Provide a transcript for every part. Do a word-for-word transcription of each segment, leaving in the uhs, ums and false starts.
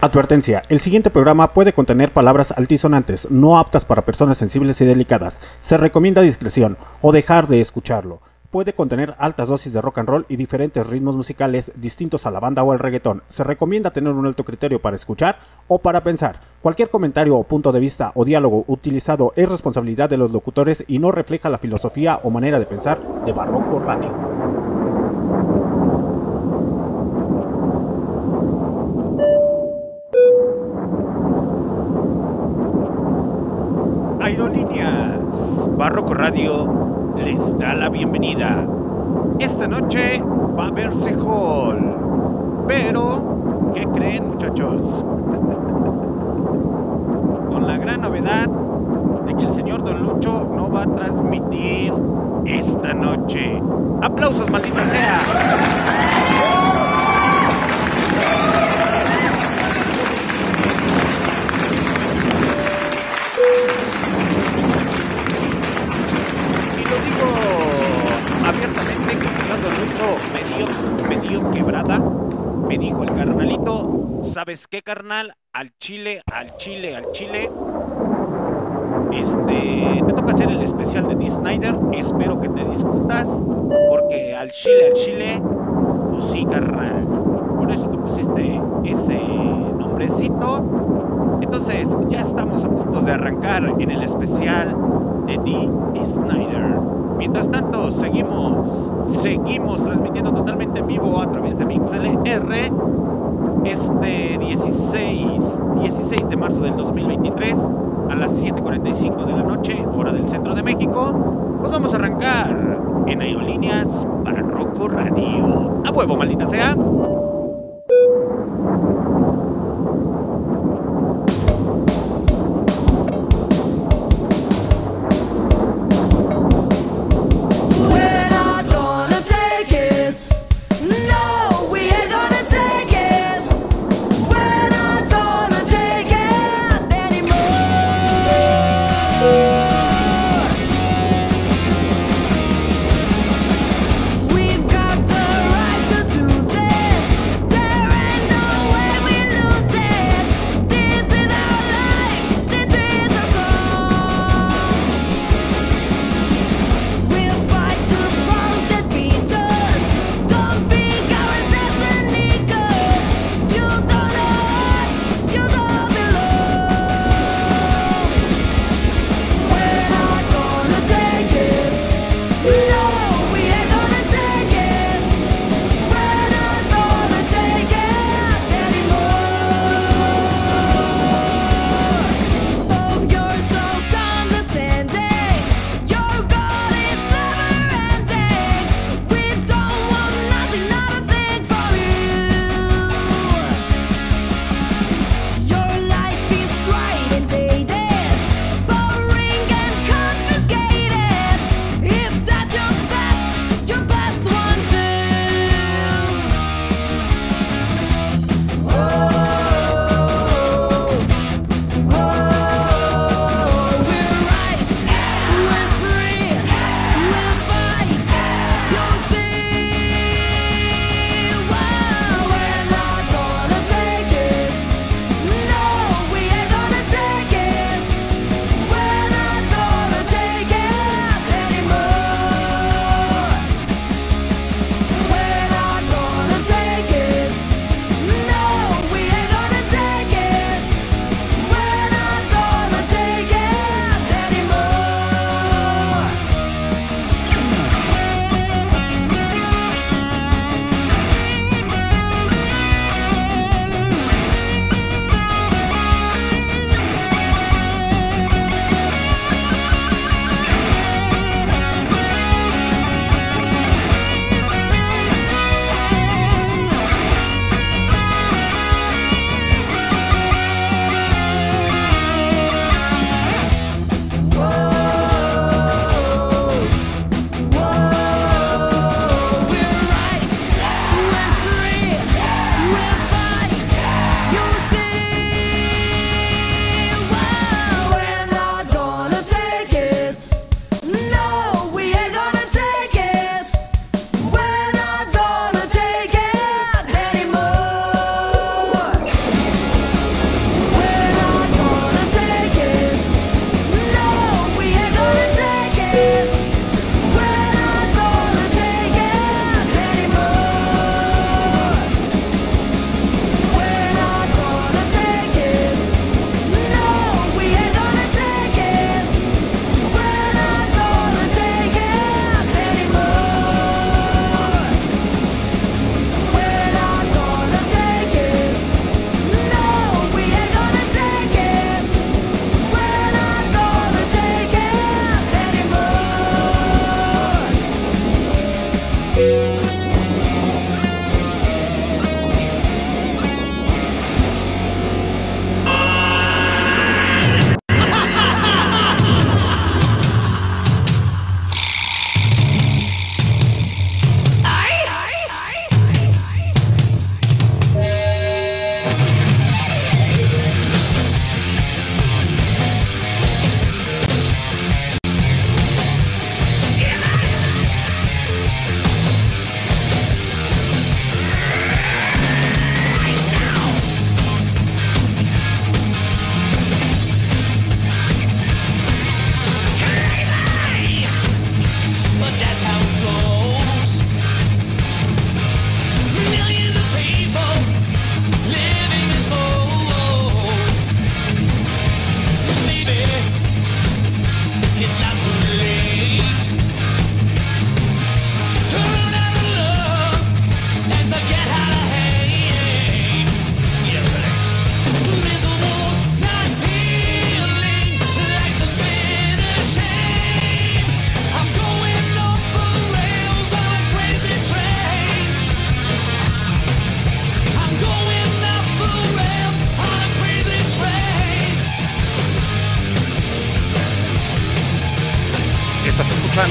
Advertencia, el siguiente programa puede contener palabras altisonantes, no aptas para personas sensibles y delicadas. Se recomienda discreción o dejar de escucharlo. Puede contener altas dosis de rock and roll y diferentes ritmos musicales distintos a la banda o al reggaetón. Se recomienda tener un alto criterio para escuchar o para pensar. Cualquier comentario o punto de vista o diálogo utilizado es responsabilidad de los locutores y no refleja la filosofía o manera de pensar de Barroco Radio. Aerolíneas Barroco Radio les da la bienvenida. Esta noche va a verse Hall, pero ¿qué creen, muchachos? Con la gran novedad de que el señor Don Lucho no va a transmitir esta noche. ¡Aplausos, maldita sea! Abiertamente que el señor Don Lucho me dio, me dio quebrada. Me dijo el carnalito: ¿sabes qué, carnal? Al chile, al chile, al chile, Este, te toca hacer el especial de Dee Snider. Espero que te discutas, porque al chile, al chile, pues sí, carnal. Por eso te pusiste ese nombrecito. Entonces, ya estamos a punto de arrancar en el especial de Dee Snider. Mientras tanto, seguimos, seguimos transmitiendo totalmente en vivo a través de MixLR. Este dieciséis, dieciséis de marzo del dos mil veintitrés, a las siete cuarenta y cinco de la noche, hora del centro de México. Pues vamos a arrancar en Aerolíneas Barroco Radio. ¡A huevo, maldita sea! We've got the right to choose it.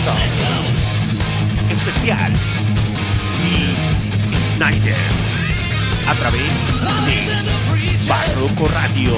Kingdom. Especial Dee Snider a través de Barroco Radio.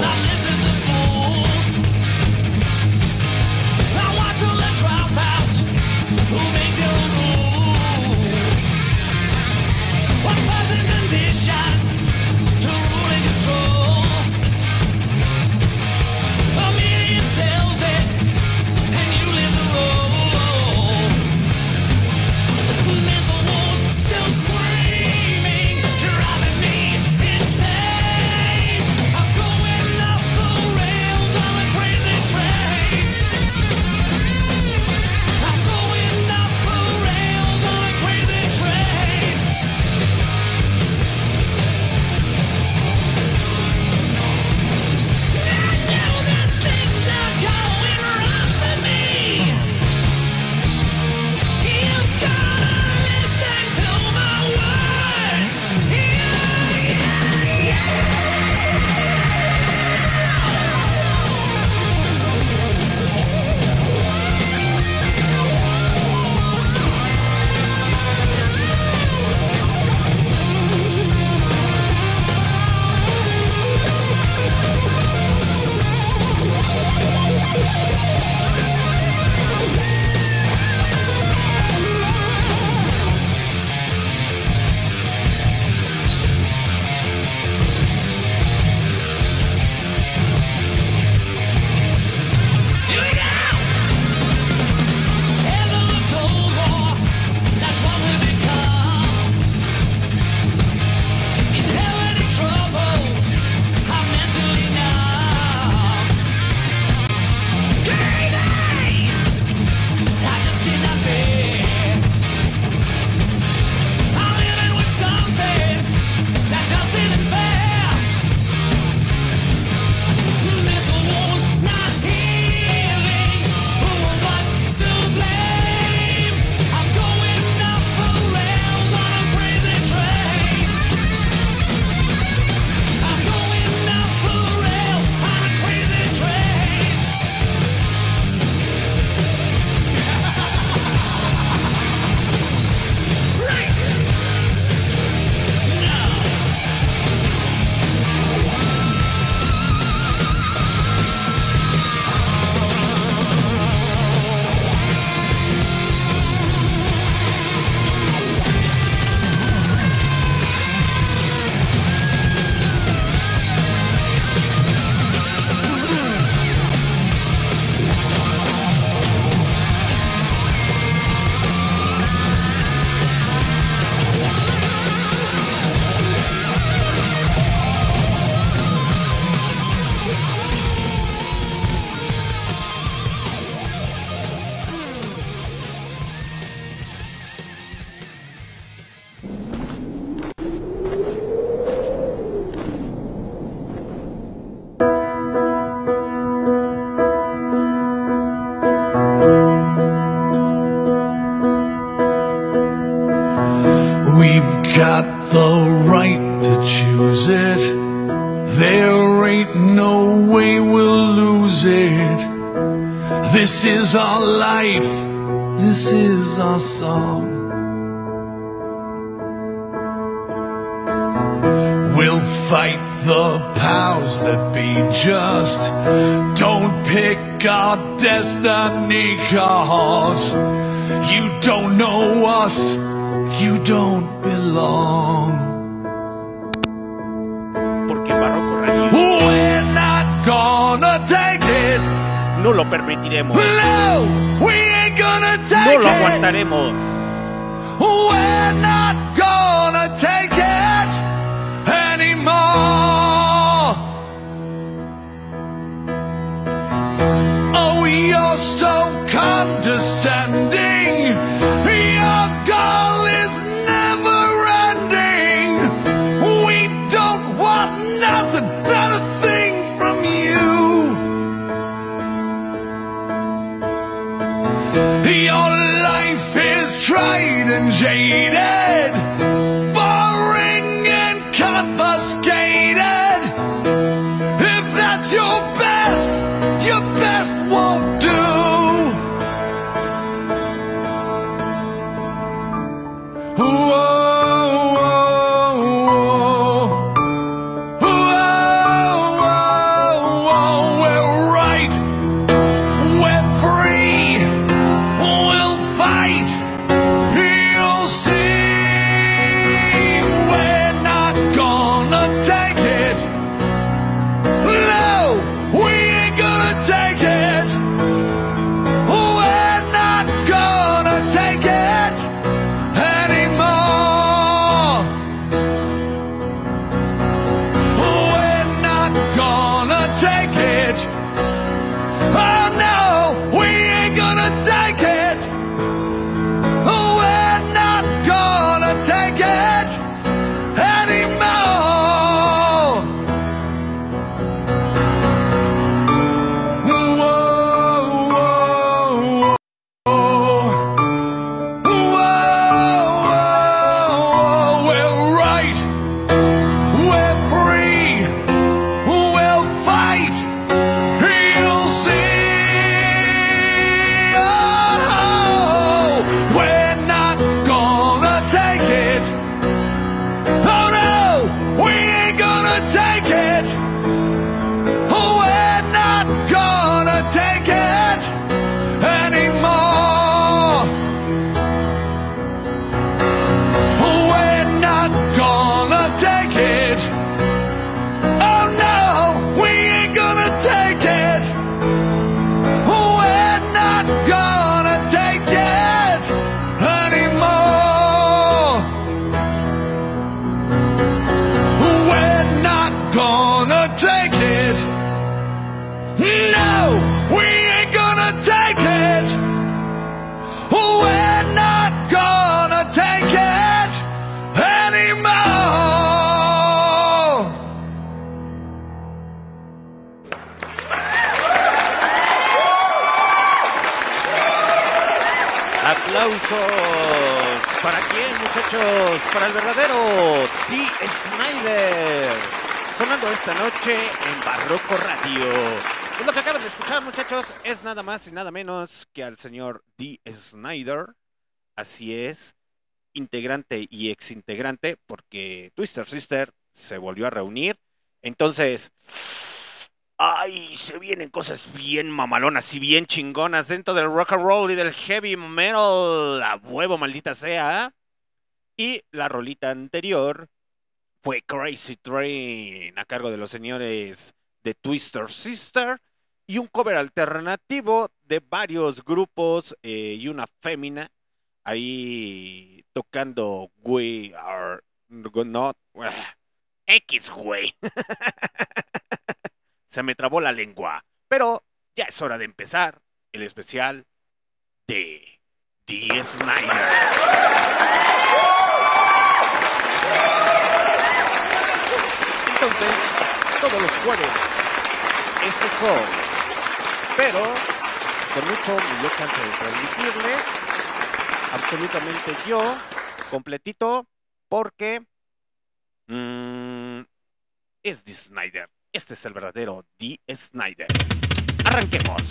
got the right to choose it. There ain't no way we'll lose it. This is our life, this is our song. We'll fight the powers that be, just don't pick our destiny, 'cause you don't know us, you don't belong. Porque Barroco Radio We're not gonna take it. no lo permitiremos. No, we ain't gonna take No lo it. aguantaremos. We're not gonna take it anymore. Oh, you're so condescending. Your goal is never ending. We don't want nothing, not a thing from you. Your life is tried and jaded, boring and confiscated. If that's your best, your best won't do. Aplausos. ¿Para quién, muchachos? Para el verdadero Dee Snider. Sonando esta noche en Barroco Radio. Pues lo que acaban de escuchar, muchachos, es nada más y nada menos que al señor Dee Snider. Así es, integrante y exintegrante, porque Twisted Sister se volvió a reunir. Entonces, ay, se vienen cosas bien mamalonas y bien chingonas dentro del rock and roll y del heavy metal. A huevo, maldita sea. Y la rolita anterior fue Crazy Train, a cargo de los señores de Twisted Sister, y un cover alternativo de varios grupos eh, y una fémina ahí tocando We Are Not X, güey. Se me trabó la lengua, pero ya es hora de empezar el especial de Dee Snider. Entonces, todos los jueves, ese hall, pero con mucho me dio chance de transmitirles absolutamente yo, completito, porque mmm, es Dee Snider. Este es el verdadero Dee Snider. Arranquemos.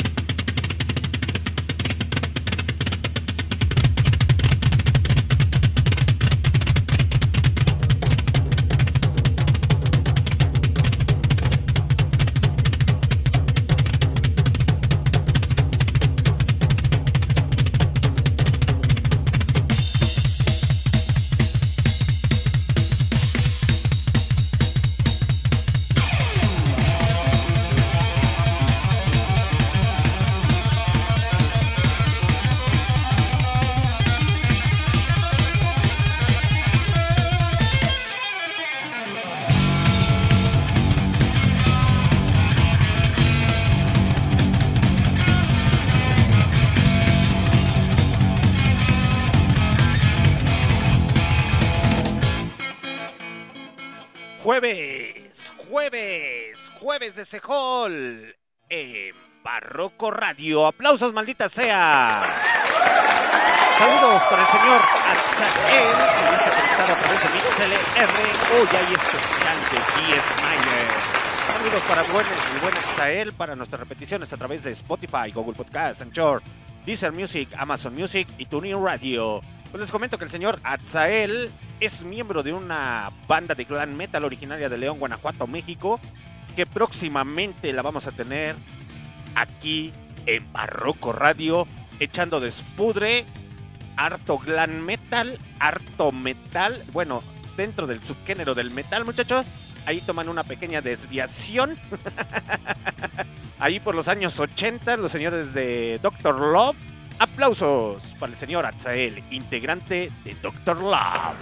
Jueves, jueves, jueves de Sehol en Barroco Radio. Aplausos, maldita sea. Saludos para el señor Atzael, que ya está conectado a través de MixLR. Hoy hay especial de Dee Snider. Saludos para el buen, el buen Atzael, para nuestras repeticiones a través de Spotify, Google Podcasts, Anchor, Deezer Music, Amazon Music y TuneIn Radio. Pues les comento que el señor Azael es miembro de una banda de glam metal originaria de León, Guanajuato, México, que próximamente la vamos a tener aquí en Barroco Radio, echando despudre, harto glam metal, harto metal, bueno, dentro del subgénero del metal, muchachos. Ahí toman una pequeña desviación. Ahí por los años ochenta, los señores de doctor Love. Aplausos para el señor Azael, integrante de doctor Love.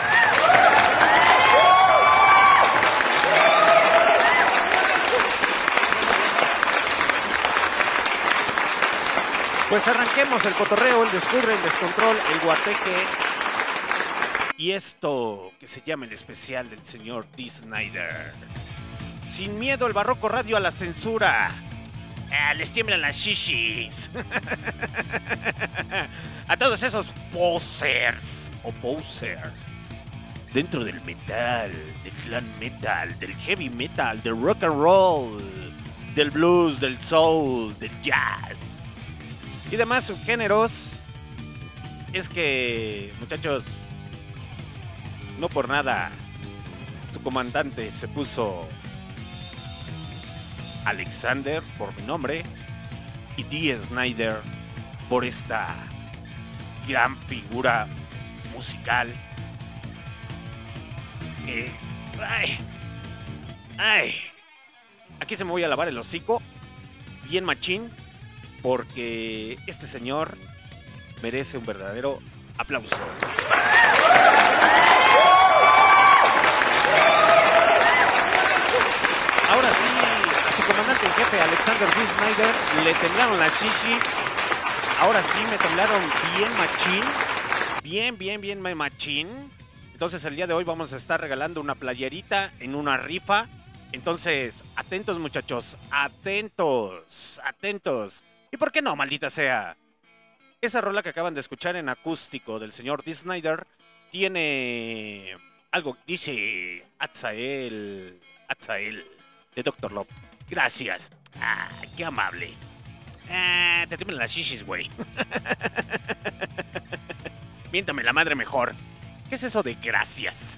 Pues arranquemos el cotorreo, el despudre, el descontrol, el guateque. Y esto que se llama el especial del señor Dee Snider. Sin miedo el Barroco Radio a la censura. Ah, les tiemblan las shishis. A todos esos posers o posers dentro del metal, del glam metal, del heavy metal, del rock and roll, del blues, del soul, del jazz y demás subgéneros. Es que, muchachos, no por nada su comandante se puso Alexander por mi nombre y Dee Snider por esta gran figura musical que, ay, ay, aquí se me voy a lavar el hocico bien machín, porque este señor merece un verdadero aplauso. Ahora sí, a su comandante en jefe, Alexander Dee Snider, le temblaron las shishis. Ahora sí me temblaron bien machín. Bien, bien, bien machín. Entonces el día de hoy vamos a estar regalando una playerita en una rifa. Entonces, atentos muchachos, atentos, atentos. ¿Y por qué no, maldita sea? Esa rola que acaban de escuchar en acústico del señor Dee Snider tiene algo, dice Azael, Azael, de doctor Love. Gracias. Ah, qué amable. Ah, te tiemblan las shishis, güey. Miéntame la madre mejor. ¿Qué es eso de gracias?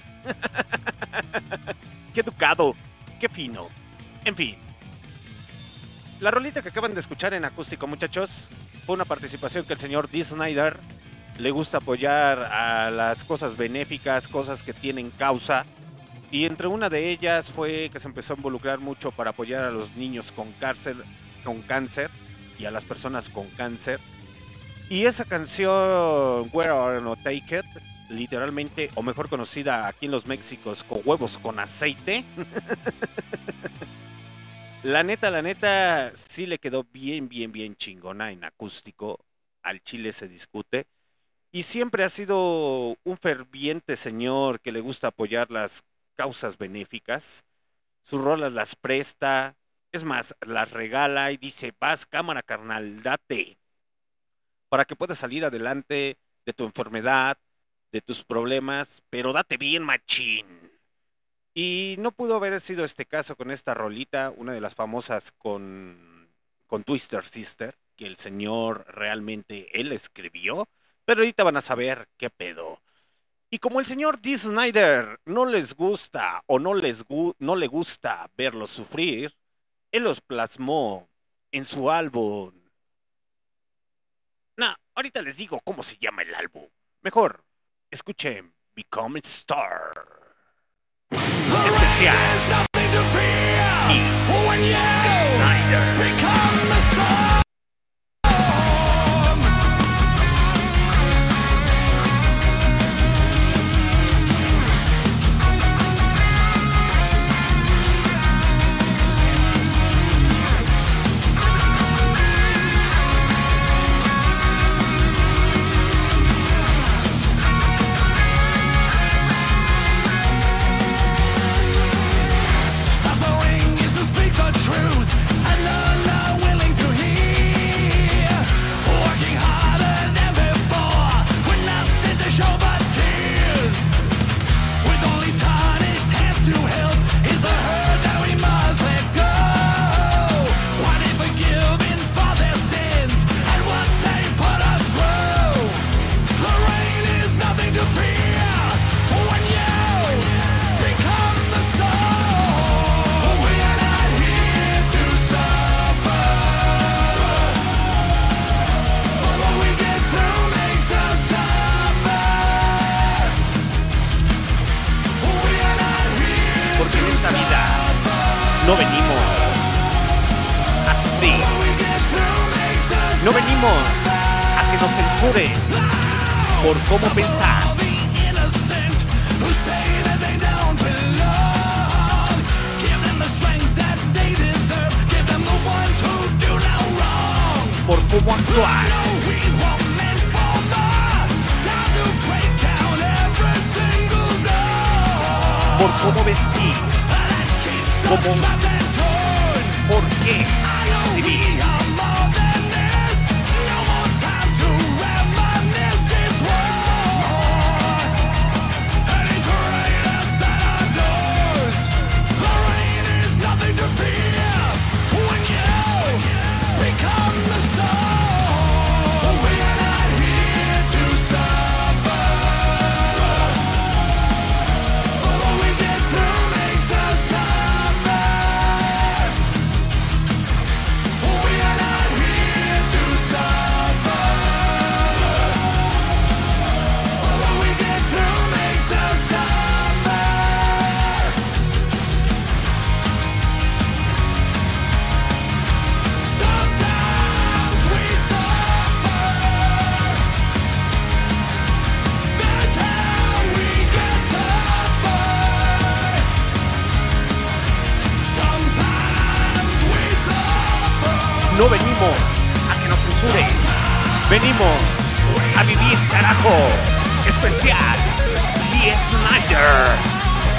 Qué educado, qué fino. En fin. La rolita que acaban de escuchar en acústico, muchachos, fue una participación que el señor Dee Snider le gusta apoyar a las cosas benéficas, cosas que tienen causa. Y entre una de ellas fue que se empezó a involucrar mucho para apoyar a los niños con cáncer, con cáncer y a las personas con cáncer. Y esa canción, Where Are No Take It, literalmente, o mejor conocida aquí en los Méxicos, con huevos con aceite. La neta, la neta, sí le quedó bien, bien, bien chingona en acústico. Al chile se discute. Y siempre ha sido un ferviente señor que le gusta apoyar las causas benéficas. Sus rolas las presta. Es más, las regala y dice, vas, cámara, carnal, date. Para que puedas salir adelante de tu enfermedad, de tus problemas, pero date bien, machín. Y no pudo haber sido este caso con esta rolita, una de las famosas con, con Twisted Sister, que el señor realmente él escribió, pero ahorita van a saber qué pedo. Y como el señor Dee Snider no les gusta o no, les gu no le gusta verlos sufrir, él los plasmó en su álbum. No, ahorita les digo cómo se llama el álbum. Mejor, escuchen Become a Star. Especial y Snider. Suffering is to speak the truth, and none are willing to hear. No venimos a sufrir. No venimos a que nos censuren por cómo pensar. Por cómo actuar. Por cómo vestir. Cómo, por qué escribir. No venimos a que nos censuren. Venimos a vivir, carajo. Especial Dee Snider.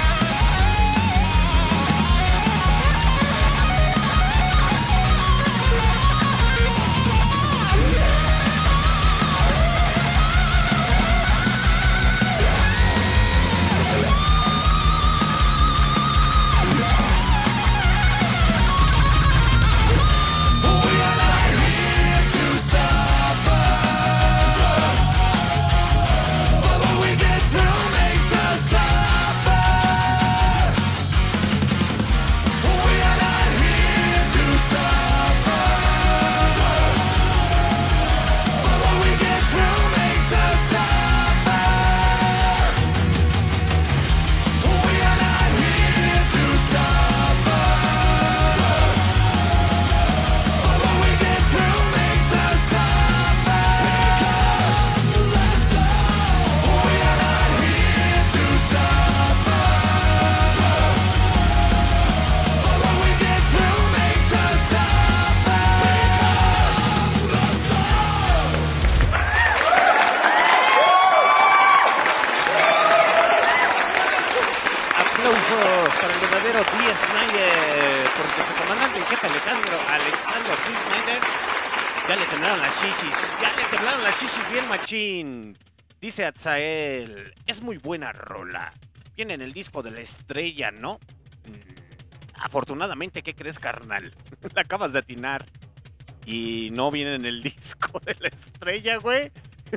Para el verdadero Dee Snider, porque su comandante en jefe Alejandro Alexander Dee Snider ya le temblaron las shishis, ya le temblaron las shishis bien machín. Dice Atzael, es muy buena rola. Viene en el disco de la estrella, ¿no? Mm, afortunadamente, ¿qué crees, carnal? La acabas de atinar. Y no viene en el disco de la estrella, güey.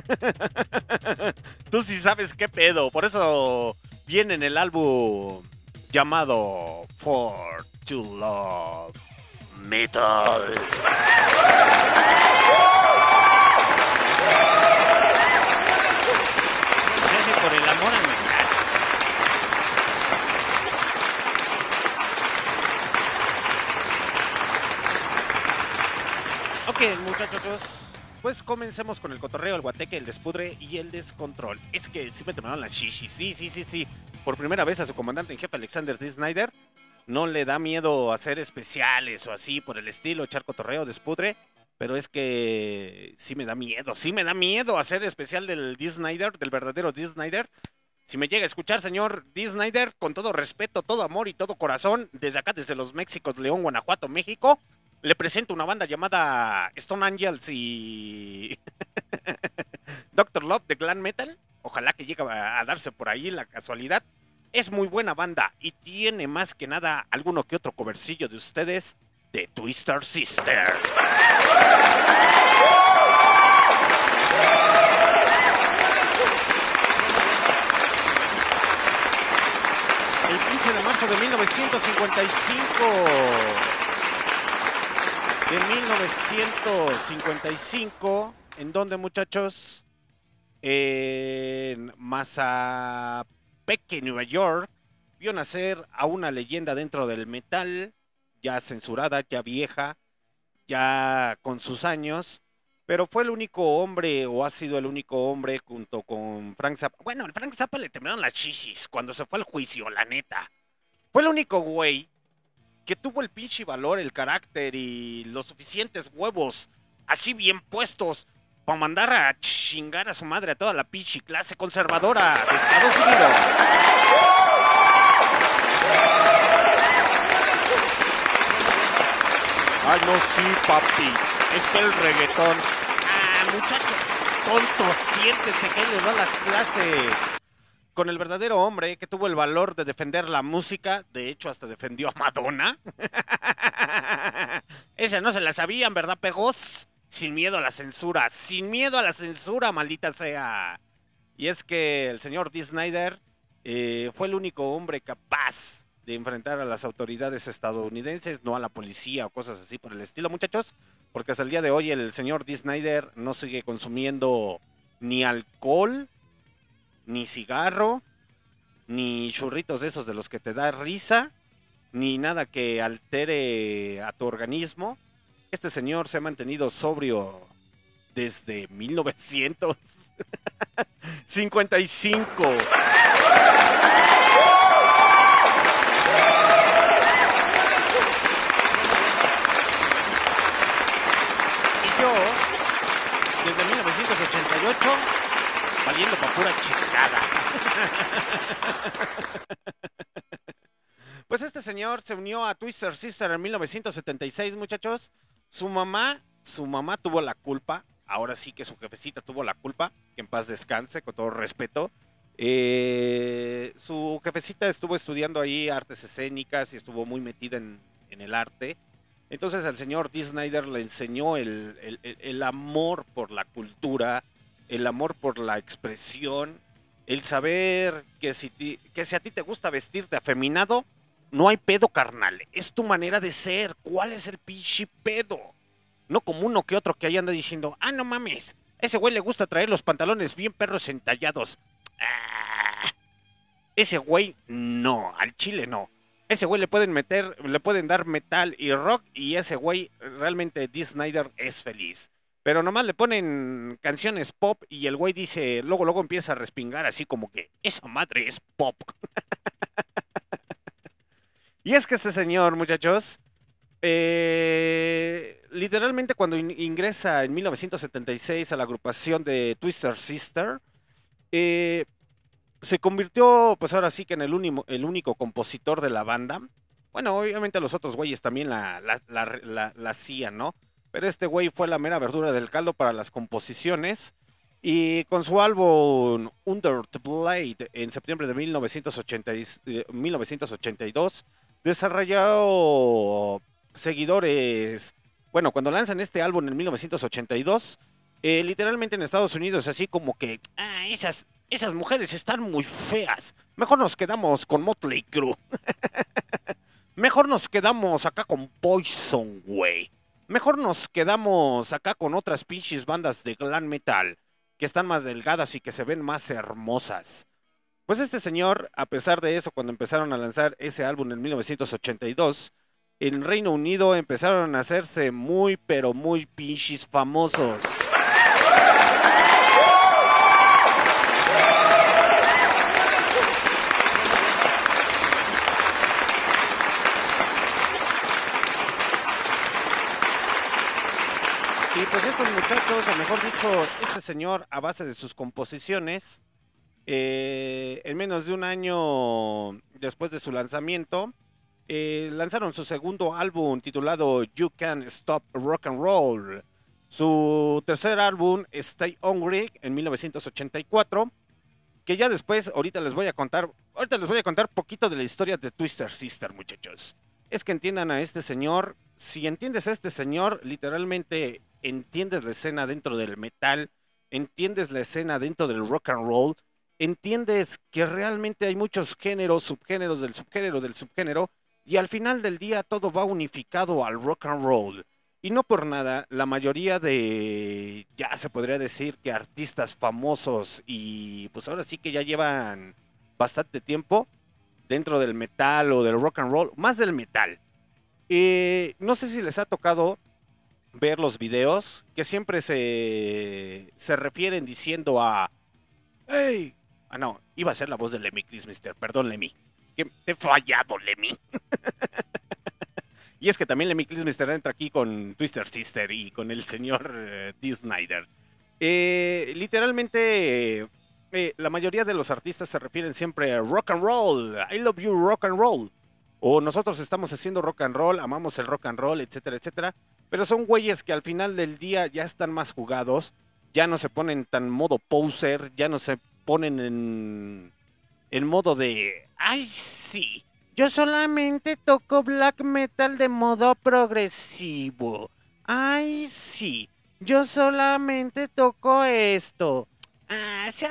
Tú sí sabes qué pedo, por eso viene en el álbum llamado For to Love Metal. Se hace por el amor al metal. Ok, muchachos, pues comencemos con el cotorreo, el guateque, el despudre y el descontrol. Es que sí me terminaron las shishis, sí, sí, sí, sí. Por primera vez a su comandante en jefe Alexander Dee Snider no le da miedo hacer especiales o así por el estilo, echar cotorreo, despudre, pero es que sí me da miedo, sí me da miedo hacer especial del Dee Snider, del verdadero Dee Snider. Si me llega a escuchar, señor Dee Snider, con todo respeto, todo amor y todo corazón, desde acá, desde los Méxicos, León, Guanajuato, México, le presento una banda llamada Stone Angels y Doctor Love de Glam Metal. Ojalá que llegue a darse por ahí la casualidad. Es muy buena banda y tiene más que nada alguno que otro covercillo de ustedes de Twisted Sister. El quince de marzo de mil novecientos cincuenta y cinco. De mil novecientos cincuenta y cinco, ¿en dónde, muchachos? En Mazapeke, Nueva York, vio nacer a una leyenda dentro del metal ya censurada, ya vieja, ya con sus años, pero fue el único hombre, o ha sido el único hombre junto con Frank Zappa. Bueno, al Frank Zappa le temblaron las chichis cuando se fue al juicio, la neta. Fue el único güey que tuvo el pinche valor, el carácter y los suficientes huevos así bien puestos para mandar a chingar a su madre a toda la pinche clase conservadora de Estados Unidos. Ay, no, sí, papi. Es que el reggaetón... Ah, muchacho tonto, siéntese que él les da las clases. Con el verdadero hombre que tuvo el valor de defender la música, de hecho hasta defendió a Madonna. Esa no se la sabían, ¿verdad, pegos? Sin miedo a la censura, sin miedo a la censura, maldita sea. Y es que el señor Dee Snider eh, fue el único hombre capaz de enfrentar a las autoridades estadounidenses, no a la policía o cosas así por el estilo, muchachos, porque hasta el día de hoy el señor Dee Snider no sigue consumiendo ni alcohol, ni cigarro, ni churritos de esos de los que te da risa, ni nada que altere a tu organismo. Este señor se ha mantenido sobrio desde mil novecientos cincuenta y cinco. Y yo, desde mil novecientos ochenta y ocho, valiendo pa' pura chingada. Pues este señor se unió a Twisted Sister en mil novecientos setenta y seis, muchachos. Su mamá, su mamá tuvo la culpa. Ahora sí que su jefecita tuvo la culpa. Que en paz descanse, con todo respeto. Eh, su jefecita estuvo estudiando ahí artes escénicas y estuvo muy metida en, en el arte. Entonces al señor Dee Snider le enseñó el, el, el, el amor por la cultura, el amor por la expresión, el saber que si, ti, que si a ti te gusta vestirte afeminado, no hay pedo, carnal. Es tu manera de ser. ¿Cuál es el pinche pedo? No como uno que otro que ahí anda diciendo, ah, no mames, a ese güey le gusta traer los pantalones bien perros entallados. Ah, ese güey no, al chile no. Ese güey le pueden meter, le pueden dar metal y rock y ese güey realmente Dee Snider es feliz. Pero nomás le ponen canciones pop y el güey dice, luego luego empieza a respingar así como que esa madre es pop. Y es que este señor, muchachos, eh, literalmente cuando in ingresa en mil novecientos setenta y seis a la agrupación de Twisted Sister, eh, se convirtió, pues ahora sí que en el, único, el único compositor de la banda. Bueno, obviamente los otros güeyes también la, la, la, la, la hacían, ¿no? Pero este güey fue la mera verdura del caldo para las composiciones. Y con su álbum Under the Blade en septiembre de mil novecientos ochenta, mil novecientos ochenta y dos, desarrolló seguidores. Bueno, cuando lanzan este álbum en mil novecientos ochenta y dos, eh, literalmente en Estados Unidos, así como que, ah, esas, esas mujeres están muy feas. Mejor nos quedamos con Motley Crue. Mejor nos quedamos acá con Poison, güey. Mejor nos quedamos acá con otras pinches bandas de glam metal que están más delgadas y que se ven más hermosas. Pues este señor, a pesar de eso, cuando empezaron a lanzar ese álbum en mil novecientos ochenta y dos, en Reino Unido empezaron a hacerse muy, pero muy pinches famosos. Y pues estos muchachos, o mejor dicho, este señor, a base de sus composiciones, Eh, en menos de un año después de su lanzamiento, eh, lanzaron su segundo álbum titulado You Can't Stop Rock and Roll. Su tercer álbum, Stay Hungry, en mil novecientos ochenta y cuatro, que ya después, ahorita les voy a contar, ahorita les voy a contar poquito de la historia de Twisted Sister, muchachos. Es que entiendan a este señor. Si entiendes a este señor, literalmente entiendes la escena dentro del metal, entiendes la escena dentro del rock and roll, entiendes que realmente hay muchos géneros, subgéneros del subgénero del subgénero, y al final del día todo va unificado al rock and roll. Y no por nada, la mayoría de, ya se podría decir que artistas famosos y pues ahora sí que ya llevan bastante tiempo dentro del metal o del rock and roll, más del metal, Eh, no sé si les ha tocado ver los videos que siempre se, se refieren diciendo a... ¡Hey! Ah, no, iba a ser la voz de Lemmy Kilmister. Perdón, Lemmy. Que te he fallado, Lemmy. Y es que también Lemmy Kilmister entra aquí con Twister Sister y con el señor eh, Dee Snider. Eh, literalmente, eh, la mayoría de los artistas se refieren siempre a rock and roll. I love you, rock and roll. O nosotros estamos haciendo rock and roll, amamos el rock and roll, etcétera, etcétera. Pero son güeyes que al final del día ya están más jugados, ya no se ponen tan modo poser, ya no se ponen en, en modo de... ¡Ay, sí! Yo solamente toco black metal de modo progresivo. ¡Ay, sí! Yo solamente toco esto. Ah, sea...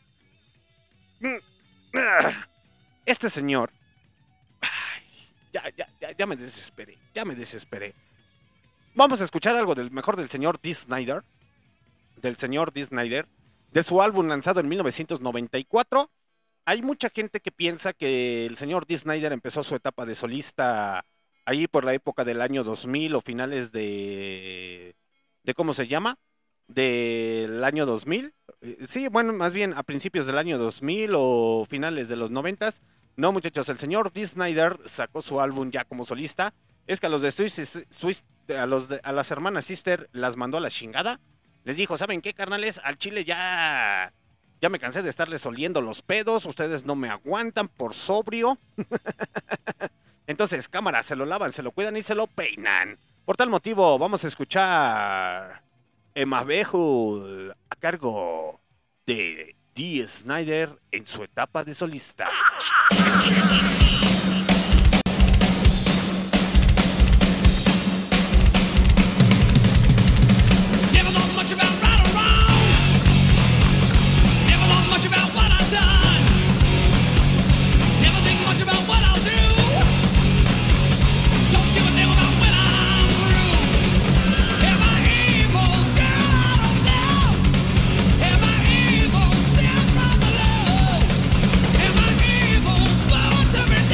Este señor... Ay, ya, ya, ya, ya me desesperé, ya me desesperé. Vamos a escuchar algo del mejor del señor Dee Snider. Del señor Dee Snider. De su álbum lanzado en mil novecientos noventa y cuatro. Hay mucha gente que piensa que el señor Dee Snider empezó su etapa de solista ahí por la época del año dos mil o finales de... de ¿cómo se llama? Del año dos mil. Sí, bueno, más bien a principios del año dos mil o finales de los noventas. No, muchachos, el señor Dee Snider sacó su álbum ya como solista. Es que a los de Swiss, Swiss a, los de, a las hermanas Sister las mandó a la chingada. Les dijo, ¿saben qué, carnales? Al chile ya, ya me cansé de estarles oliendo los pedos. Ustedes no me aguantan por sobrio. Entonces, cámara, se lo lavan, se lo cuidan y se lo peinan. Por tal motivo, vamos a escuchar Emma Behul a cargo de Dee Snider en su etapa de solista. To be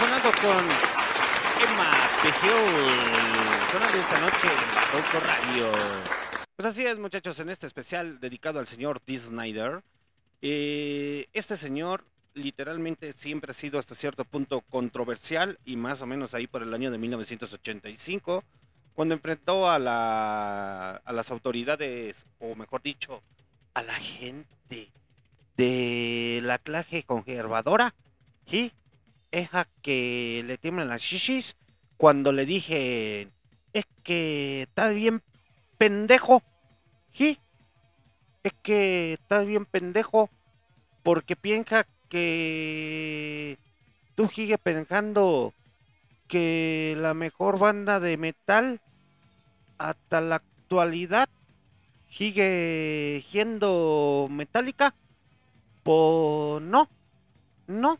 sonando con Emma Behill, sonando esta noche en Roco Radio. Pues así es, muchachos, en este especial dedicado al señor Dee Snider. Eh, este señor literalmente siempre ha sido hasta cierto punto controversial, y más o menos ahí por el año de mil novecientos ochenta y cinco, cuando enfrentó a, la, a las autoridades, o mejor dicho, a la gente de la clase conservadora, ¿sí? Eja que le tiemblan las shishis cuando le dije, es que estás bien pendejo, ¿sí? Es que estás bien pendejo porque piensa que tú sigues pensando que la mejor banda de metal hasta la actualidad sigue siendo Metallica. Pues no, no.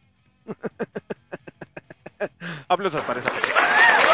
Aplausos para esa película.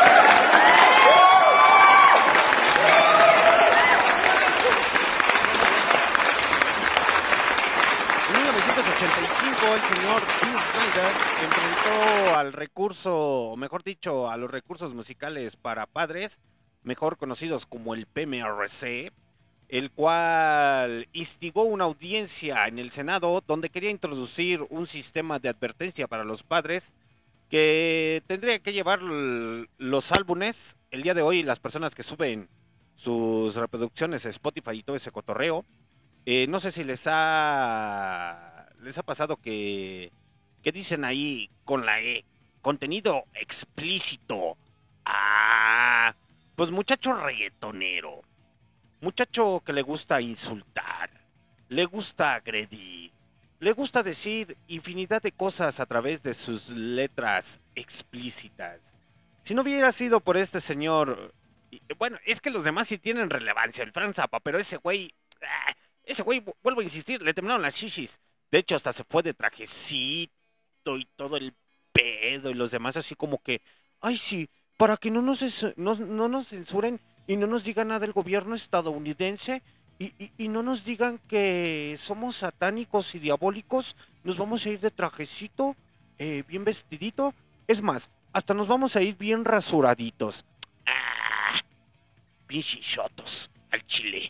En mil novecientos ochenta y cinco el señor Dee Snider enfrentó al recurso, o mejor dicho, a los recursos musicales para padres, mejor conocidos como el P M R C, el cual instigó una audiencia en el Senado donde quería introducir un sistema de advertencia para los padres que tendría que llevar los álbumes. El día de hoy las personas que suben sus reproducciones a Spotify y todo ese cotorreo, eh, no sé si les ha les ha pasado que que dicen ahí con la E, contenido explícito. Ah, pues muchacho reggaetonero, muchacho que le gusta insultar, le gusta agredir, le gusta decir infinidad de cosas a través de sus letras explícitas. Si no hubiera sido por este señor, bueno, es que los demás sí tienen relevancia, el Frank Zappa, pero ese güey, ah, ese güey, vuelvo a insistir, le temblaron las shishis. De hecho, hasta se fue de trajecito y todo el pedo, y los demás así como que, ay sí, para que no nos, no, no nos censuren y no nos digan nada del gobierno estadounidense, y, y, y no nos digan que somos satánicos y diabólicos, nos vamos a ir de trajecito, eh, bien vestidito. Es más, hasta nos vamos a ir bien rasuraditos. Ah, pinches shotos al chile.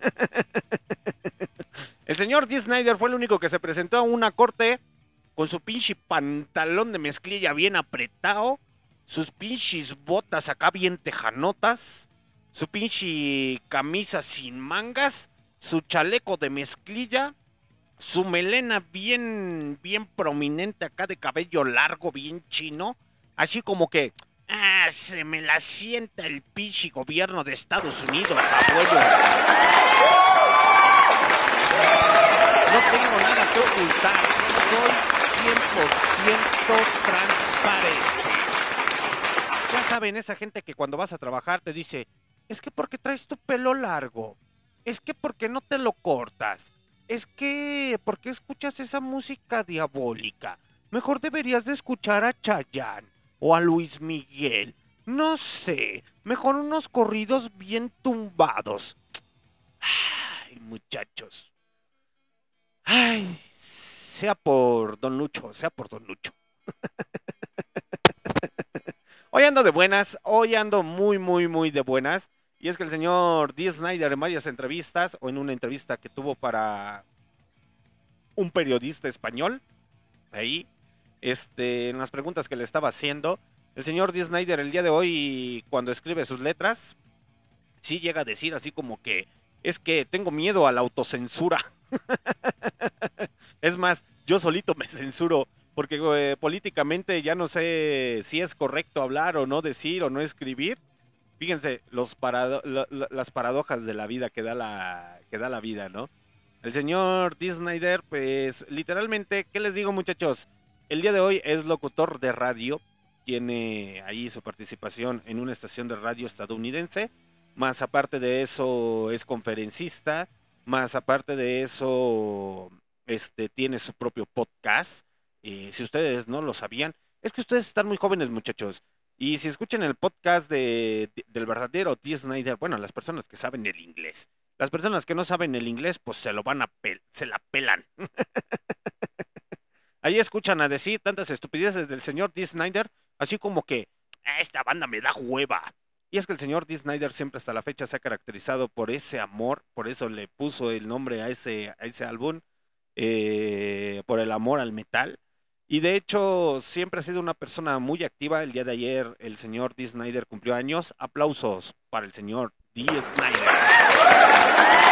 El señor Dee Snider fue el único que se presentó a una corte con su pinche pantalón de mezclilla bien apretado, sus pinches botas acá bien tejanotas, su pinche camisa sin mangas, su chaleco de mezclilla, su melena bien, bien prominente acá de cabello largo, bien chino, así como que, ah, se me la sienta el pinche gobierno de Estados Unidos, abuelo. No tengo nada que ocultar, soy cien por ciento transparente. Ya saben, esa gente que cuando vas a trabajar te dice, es que porque traes tu pelo largo, es que porque no te lo cortas, es que porque escuchas esa música diabólica, mejor deberías de escuchar a Chayanne o a Luis Miguel, no sé, mejor unos corridos bien tumbados. Ay, muchachos. Ay, sea por Don Lucho, sea por Don Lucho. Hoy ando de buenas, hoy ando muy, muy, muy de buenas. Y es que el señor Dee Snider en varias entrevistas, o en una entrevista que tuvo para un periodista español, ahí, este, en las preguntas que le estaba haciendo, el señor Dee Snider el día de hoy, cuando escribe sus letras, sí llega a decir así como que, es que tengo miedo a la autocensura. Es más, yo solito me censuro, porque eh, políticamente ya no sé si es correcto hablar o no decir o no escribir. Fíjense los parado la, la, las paradojas de la vida que da la, que da la vida, ¿no? El señor Dee Snider, pues literalmente, ¿qué les digo, muchachos? El día de hoy es locutor de radio, tiene ahí su participación en una estación de radio estadounidense, más aparte de eso es conferencista, más aparte de eso este, tiene su propio podcast. Eh, si ustedes no lo sabían, es que ustedes están muy jóvenes, muchachos. Y si escuchan el podcast de, de, del verdadero Dee Snider, bueno, las personas que saben el inglés, las personas que no saben el inglés, pues se lo van a pel se la pelan. Ahí escuchan a decir tantas estupideces del señor Dee Snider, así como que esta banda me da hueva. Y es que el señor Dee Snider siempre hasta la fecha se ha caracterizado por ese amor, por eso le puso el nombre a ese, a ese álbum, eh, por el amor al metal. Y de hecho siempre ha sido una persona muy activa. El día de ayer el señor Dee Snider cumplió años. Aplausos para el señor Dee Snider.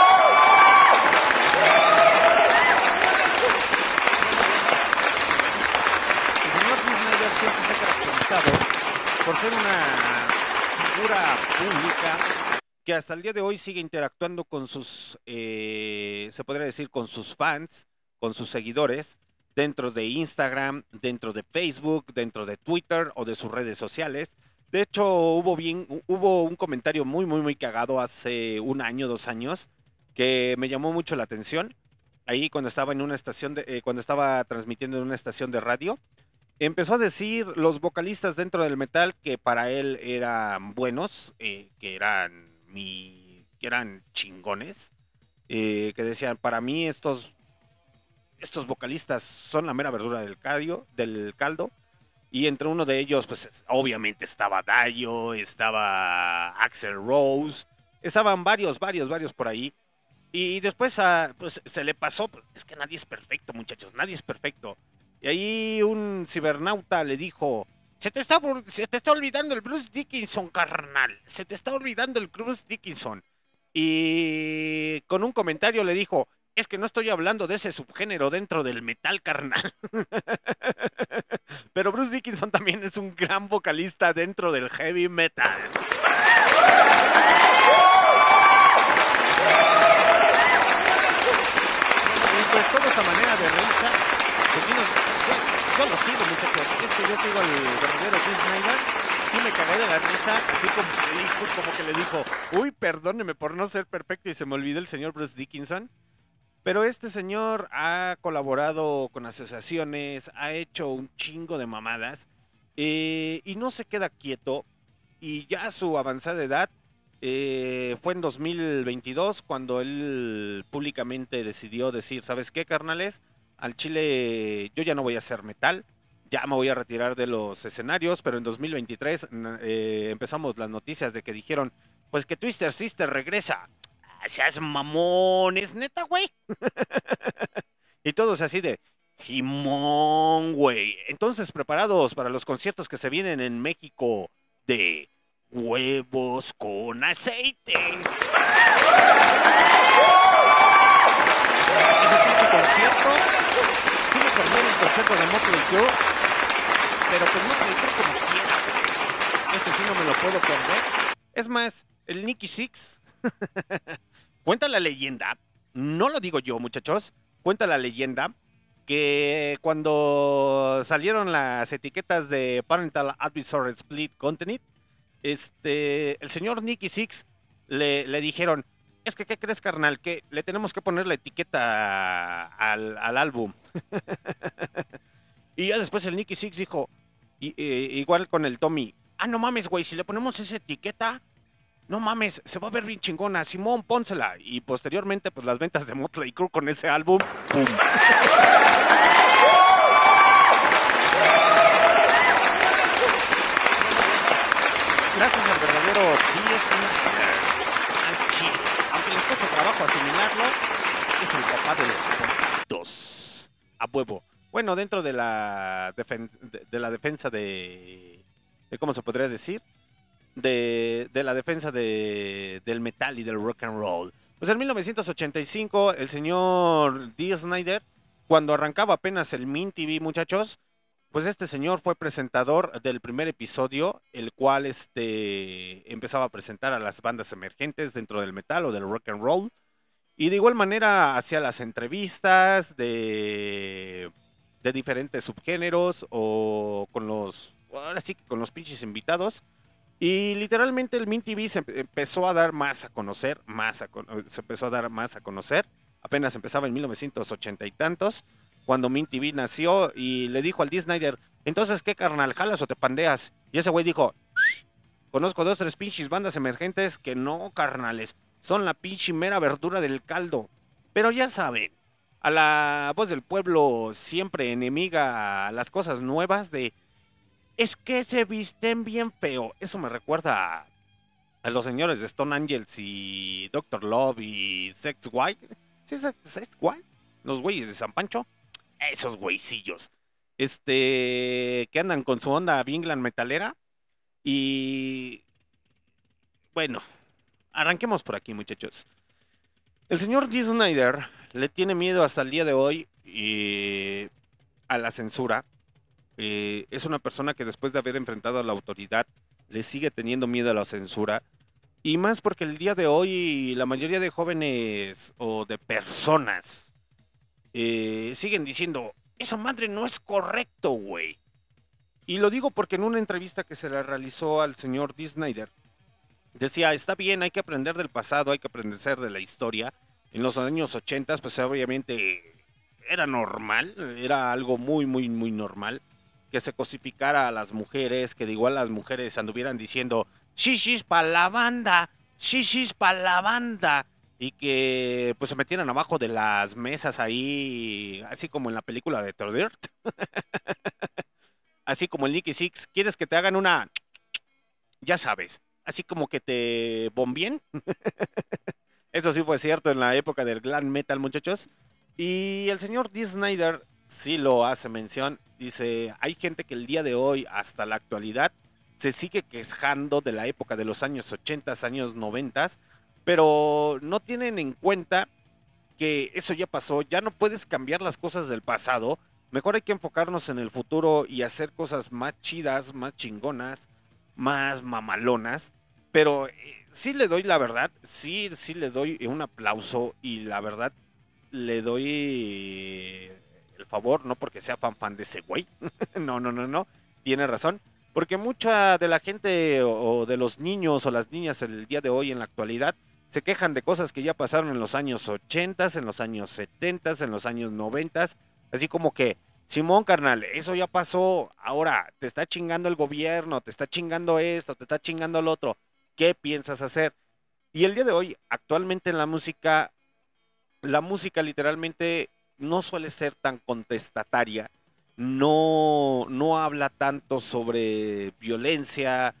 Siempre se ha caracterizado por ser una figura pública que hasta el día de hoy sigue interactuando con sus, eh, se podría decir, con sus fans, con sus seguidores, dentro de Instagram, dentro de Facebook, dentro de Twitter o de sus redes sociales. De hecho, hubo, bien, hubo un comentario muy, muy, muy cagado hace un año, dos años, que me llamó mucho la atención. Ahí cuando estaba en una estación, de, eh, cuando estaba transmitiendo en una estación de radio, empezó a decir los vocalistas dentro del metal que para él eran buenos, eh, que eran mi, que eran chingones, eh, que decían, para mí estos, estos vocalistas son la mera verdura del caldo, del caldo. Y entre uno de ellos, pues obviamente estaba Dio, estaba Axl Rose, estaban varios, varios, varios por ahí. Y después uh, pues, se le pasó, pues, es que nadie es perfecto, muchachos, nadie es perfecto. Y ahí un cibernauta le dijo, se te está, se te está olvidando el Bruce Dickinson, carnal, se te está olvidando el Bruce Dickinson. Y con un comentario le dijo, es que no estoy hablando de ese subgénero dentro del metal, carnal. Pero Bruce Dickinson también es un gran vocalista dentro del heavy metal. Y pues todos a manera de risa, pues sí nos, yo, yo lo sigo, muchachos. Es que yo sigo al verdadero Dee Snider. Sí me cagué de la risa, así como que, dijo, como que le dijo, uy, perdóneme por no ser perfecto y se me olvidó el señor Bruce Dickinson. Pero este señor ha colaborado con asociaciones, ha hecho un chingo de mamadas eh, y no se queda quieto. Y ya a su avanzada edad, eh, fue en dos mil veintidós cuando él públicamente decidió decir, ¿sabes qué, carnales? Al chile yo ya no voy a hacer metal, ya me voy a retirar de los escenarios, pero en dos mil veintitrés eh, empezamos las noticias de que dijeron, pues que Twisted Sister regresa. Seas mamón, es neta, güey. Y todos así de Jimón, güey. Entonces, preparados para los conciertos que se vienen en México de huevos con aceite. Ese pinche concierto, sí me perdí el concierto de Motley Crue, pero pues Motley Crue como quiera, güey. Este sí no me lo puedo perder. Es más, el Nikki Sixx. Cuenta la leyenda, no lo digo yo, muchachos, cuenta la leyenda que cuando salieron las etiquetas de Parental Advisory Split Content, este, el señor Nikki Sixx le, le dijeron, es que, ¿qué crees, carnal? Que le tenemos que poner la etiqueta al, al álbum. Y ya después el Nikki Sixx dijo, y, eh, igual con el Tommy, ah, no mames, güey, si le ponemos esa etiqueta, no mames, se va a ver bien chingona, Simón, pónsela. Y posteriormente, pues las ventas de Motley Crue con ese álbum, ¡pum! Gracias al verdadero Dee Snider, al chile. Aunque les cueste trabajo asimilarlo, es el papá de los dos. A huevo. Bueno, dentro de la, defen de, de la defensa de, de... ¿Cómo se podría decir? De, de la defensa de, del metal y del rock and roll. Pues en mil novecientos ochenta y cinco, el señor Dee Snider, cuando arrancaba apenas el Mint T V, muchachos, pues este señor fue presentador del primer episodio, el cual este, empezaba a presentar a las bandas emergentes dentro del metal o del rock and roll. Y de igual manera hacía las entrevistas de, de diferentes subgéneros o con los, ahora sí, con los pinches invitados. Y literalmente el Mint T V se empezó a dar más a conocer, más a, se empezó a dar más a conocer. Apenas empezaba en mil novecientos ochenta y tantos, cuando Mint T V nació y le dijo al Dee Snider, entonces, ¿qué, carnal, jalas o te pandeas? Y ese güey dijo, conozco dos, tres pinches bandas emergentes que no, carnales, son la pinche mera verdura del caldo. Pero ya saben, a la voz del pueblo siempre enemiga a las cosas nuevas de es que se visten bien feo. Eso me recuerda a, a los señores de Stone Angels y Doctor Love y Sex White. ¿Sí es Sex White? Los güeyes de San Pancho. Esos güeycillos. Este, que andan con su onda bien glam metalera. Y bueno, arranquemos por aquí, muchachos. El señor Dee Snider le tiene miedo hasta el día de hoy eh, a la censura. Eh, es una persona que después de haber enfrentado a la autoridad le sigue teniendo miedo a la censura. Y más porque el día de hoy la mayoría de jóvenes o de personas eh, siguen diciendo, esa madre no es correcto, güey. Y lo digo porque en una entrevista que se le realizó al señor Dee Snider, decía, está bien, hay que aprender del pasado, hay que aprender de la historia. En los años ochenta, pues obviamente era normal, era algo muy, muy, muy normal que se cosificara a las mujeres, que de igual las mujeres anduvieran diciendo, shishis pa' la banda, shishis pa' la banda, y que pues se metieran abajo de las mesas ahí, así como en la película de The Dirt, así como el Nicky Six, ¿quieres que te hagan una, ya sabes, así como que te bombien? Eso sí fue cierto en la época del glam metal, muchachos. Y el señor Dee Snider sí lo hace mención. Dice, hay gente que el día de hoy, hasta la actualidad, se sigue quejando de la época de los años ochenta, años noventa, pero no tienen en cuenta que eso ya pasó, ya no puedes cambiar las cosas del pasado. Mejor hay que enfocarnos en el futuro y hacer cosas más chidas, más chingonas, más mamalonas. Pero eh, sí le doy la verdad, sí, sí le doy un aplauso y la verdad le doy el favor, no porque sea fan fan de ese güey. No, no, no, no. Tiene razón. Porque mucha de la gente o, o de los niños o las niñas el día de hoy en la actualidad se quejan de cosas que ya pasaron en los años ochenta, en los años setenta, en los años noventa. Así como que, Simón, carnal, eso ya pasó. Ahora te está chingando el gobierno, te está chingando esto, te está chingando el otro. ¿Qué piensas hacer? Y el día de hoy, actualmente en la música, la música literalmente no suele ser tan contestataria, no, no habla tanto sobre violencia,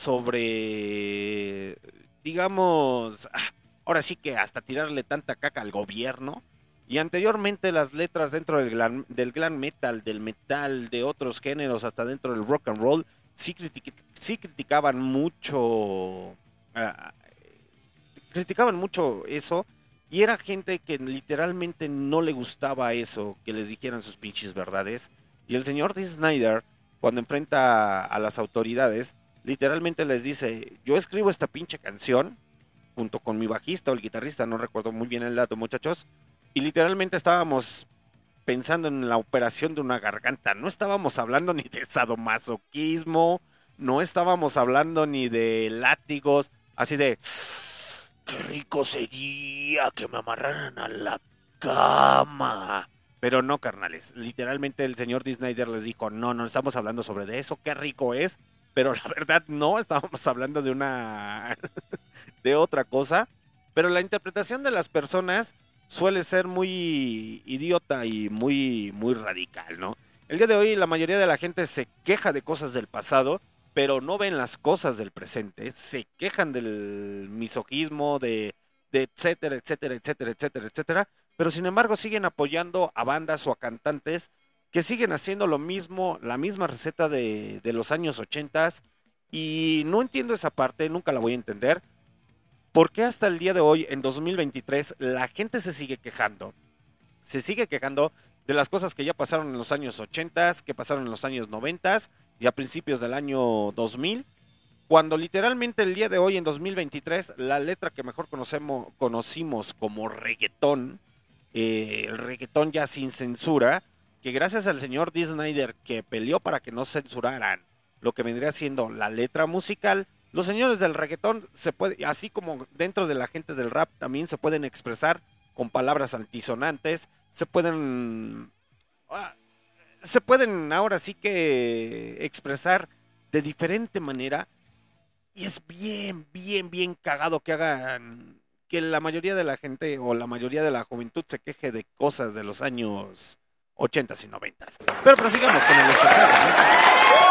sobre, digamos, ah, ahora sí que hasta tirarle tanta caca al gobierno. Y anteriormente las letras dentro del glam, del glam metal, del metal, de otros géneros, hasta dentro del rock and roll, sí, critic, sí criticaban mucho, uh, criticaban mucho eso. Y era gente que literalmente no le gustaba eso, que les dijeran sus pinches verdades. Y el señor Dee Snider, cuando enfrenta a las autoridades, literalmente les dice, yo escribo esta pinche canción, junto con mi bajista o el guitarrista, no recuerdo muy bien el dato, muchachos, y literalmente estábamos pensando en la operación de una garganta, no estábamos hablando ni de sadomasoquismo, no estábamos hablando ni de látigos, así de... Qué rico sería que me amarraran a la cama. Pero no, carnales. Literalmente el señor Dee Snider les dijo, no, no estamos hablando sobre de eso, qué rico es. Pero la verdad no, estábamos hablando de una... de otra cosa. Pero la interpretación de las personas suele ser muy idiota y muy, muy radical, ¿no? El día de hoy la mayoría de la gente se queja de cosas del pasado, pero no ven las cosas del presente, se quejan del misogismo, de, de etcétera, etcétera, etcétera, etcétera, etcétera, pero sin embargo siguen apoyando a bandas o a cantantes que siguen haciendo lo mismo, la misma receta de, de los años ochentas, y no entiendo esa parte, nunca la voy a entender, ¿por qué hasta el día de hoy, en dos mil veintitrés, la gente se sigue quejando? Se sigue quejando de las cosas que ya pasaron en los años ochenta, que pasaron en los años noventa y a principios del año dos mil, cuando literalmente el día de hoy, en dos mil veintitrés, la letra que mejor conocemos, conocimos como reggaetón, eh, el reggaetón ya sin censura, que gracias al señor Dee Snider que peleó para que no censuraran lo que vendría siendo la letra musical, los señores del reggaetón, se puede, así como dentro de la gente del rap, también se pueden expresar con palabras altisonantes, se pueden... Uh, se pueden ahora sí que expresar de diferente manera y es bien, bien, bien cagado que hagan, que la mayoría de la gente o la mayoría de la juventud se queje de cosas de los años ochentas y noventas. Pero prosigamos con el especial de Disney.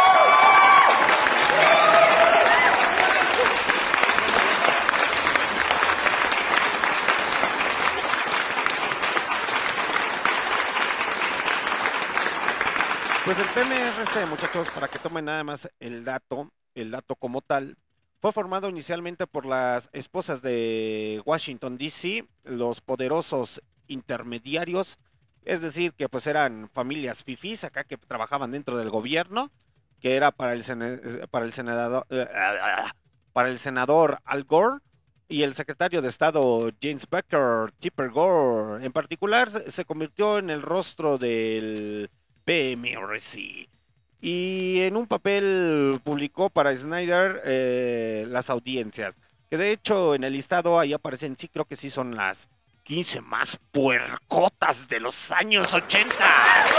Pues el P M R C, muchachos, para que tomen nada más el dato, el dato como tal, fue formado inicialmente por las esposas de Washington, D C, los poderosos intermediarios, es decir, que pues eran familias fifís acá que trabajaban dentro del gobierno, que era para el, para el senador, para el senador Al Gore y el secretario de Estado James Baker Tipper Gore. En particular, se convirtió en el rostro del P M R C. Y en un papel publicó para Snyder eh, las audiencias. Que de hecho en el listado ahí aparecen, sí creo que sí son las quince más puercotas de los años ochenta.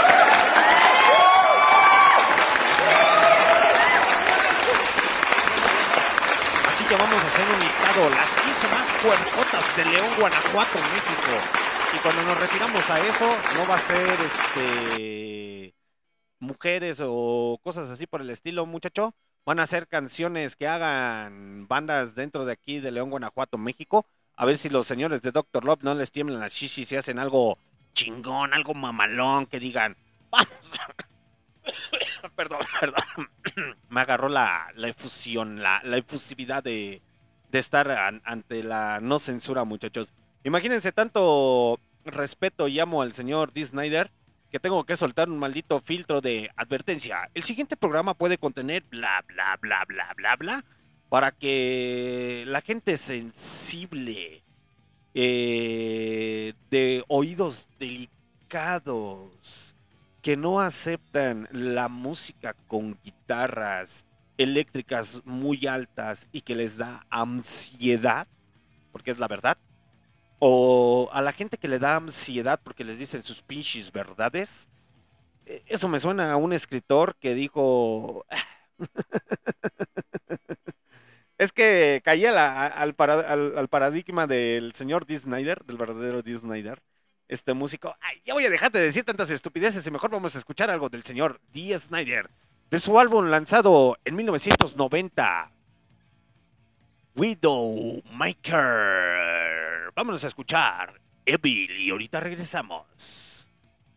Así que vamos a hacer un listado, las quince más puercotas de León, Guanajuato, México. Y cuando nos retiramos a eso, no va a ser este mujeres o cosas así por el estilo, muchacho. Van a ser canciones que hagan bandas dentro de aquí de León, Guanajuato, México. A ver si los señores de doctor Love no les tiemblan las shishis y hacen algo chingón, algo mamalón, que digan, vamos. perdón, perdón. Me agarró la, la efusión, la, la efusividad de, de estar an, ante la no censura, muchachos. Imagínense tanto respeto y amo al señor Dee Snider que tengo que soltar un maldito filtro de advertencia. El siguiente programa puede contener bla, bla, bla, bla, bla, bla, para que la gente sensible, eh, de oídos delicados, que no aceptan la música con guitarras eléctricas muy altas y que les da ansiedad, porque es la verdad, o a la gente que le da ansiedad porque les dicen sus pinches verdades. Eso me suena a un escritor que dijo... es que caía la, al, para, al, al paradigma del señor Dee Snider, del verdadero Dee Snider, este músico. Ay, ya voy a dejarte de decir tantas estupideces y mejor vamos a escuchar algo del señor Dee Snider, de su álbum lanzado en mil novecientos noventa, Widowmaker. Vámonos a escuchar Evil y ahorita regresamos.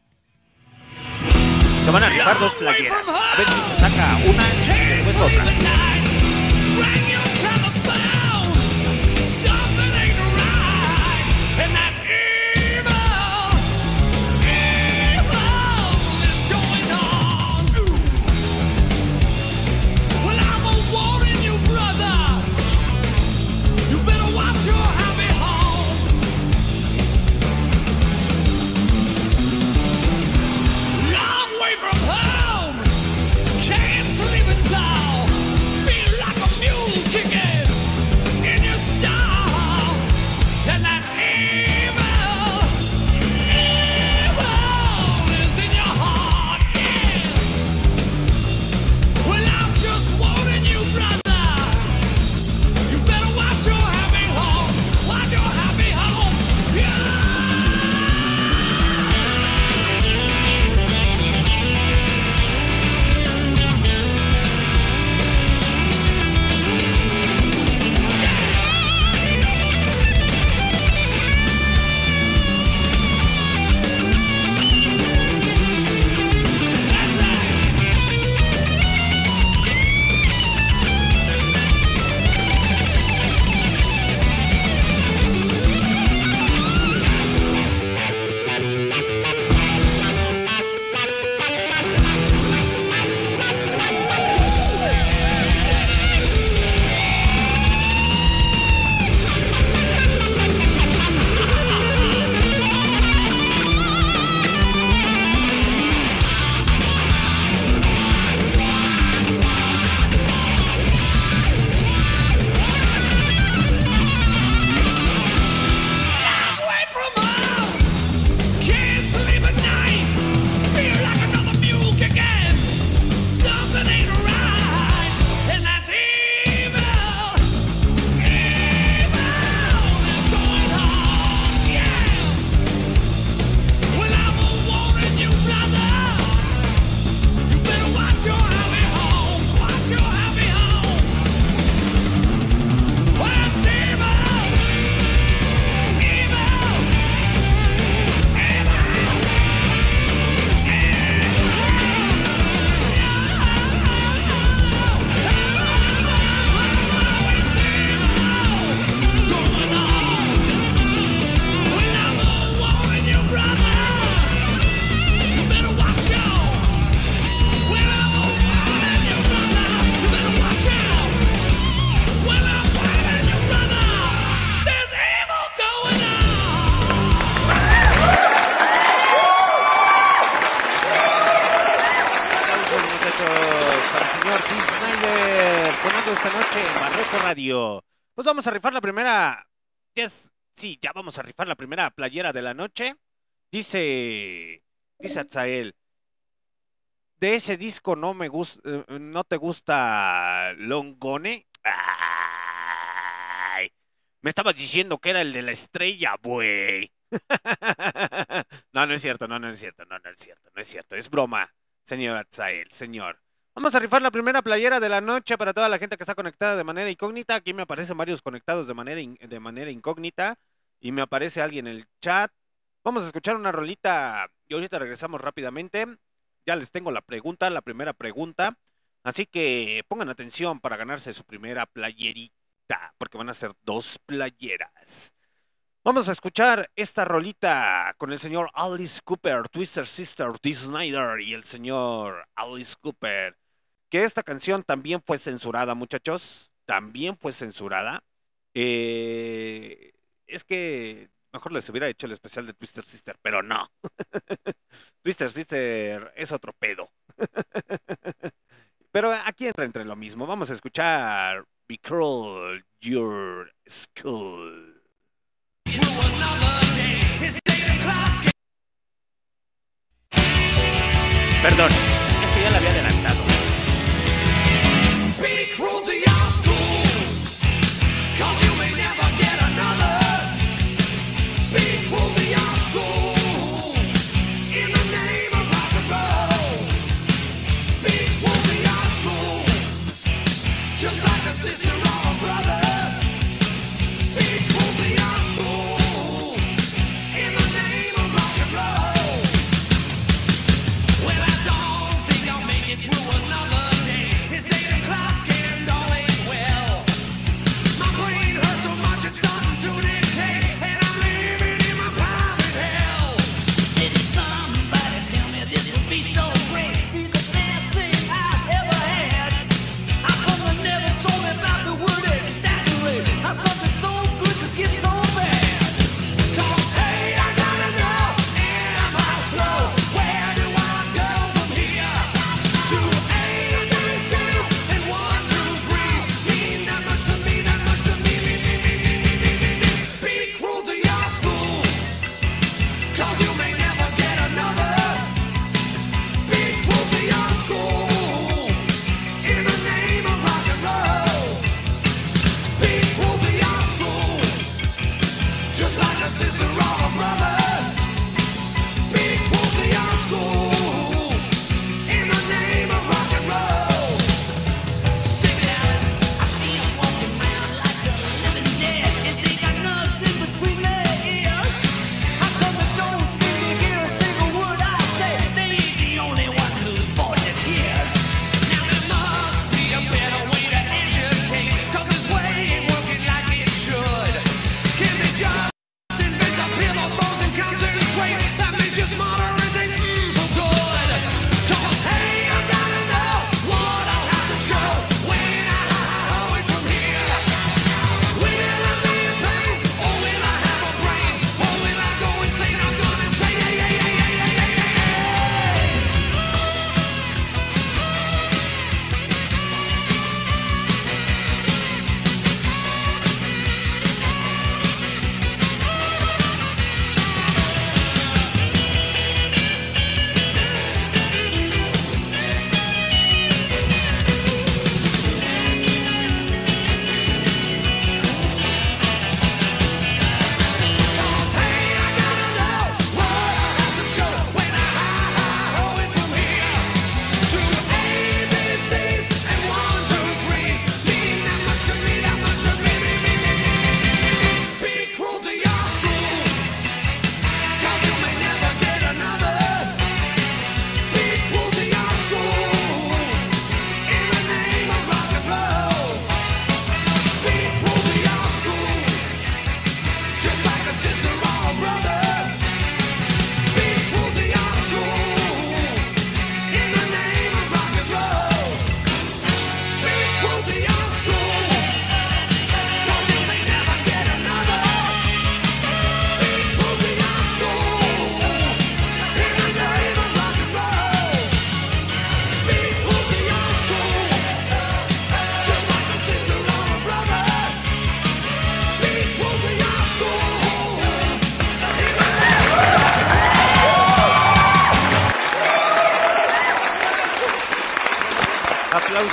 Se van a rifar dos playeras. A ver quién se saca una y después otra. From home, can't sleep in time. Snyder, sonando esta noche en Barreto Radio. Pues vamos a rifar la primera. Yes, sí, ya vamos a rifar la primera playera de la noche. Dice, dice Atzael, de ese disco no me gusta, no te gusta Longone. Ay, me estabas diciendo que era el de la estrella, güey. No, no es cierto, no, no es cierto, no, no es cierto, no es cierto, es broma, señor Atzael, señor. Vamos a rifar la primera playera de la noche para toda la gente que está conectada de manera incógnita. Aquí me aparecen varios conectados de manera, in, de manera incógnita y me aparece alguien en el chat. Vamos a escuchar una rolita y ahorita regresamos rápidamente. Ya les tengo la pregunta, la primera pregunta. Así que pongan atención para ganarse su primera playerita, porque van a ser dos playeras. Vamos a escuchar esta rolita con el señor Alice Cooper, Twisted Sister, Dee Snider y el señor Alice Cooper. Que esta canción también fue censurada, muchachos. También fue censurada. Eh, es que mejor les hubiera hecho el especial de Twisted Sister, pero no. Twisted Sister es otro pedo. Pero aquí entra entre lo mismo. Vamos a escuchar Be Cruel, Your School. Perdón, es que ya la había adelantado. Be cruel to your school, 'cause you may never get another. Be cruel to your school, in the name of rock and roll. Be cruel to your school, just like a sister or a brother. Be cruel to your school, in the name of rock and roll. Well, I don't think I'll make it through another.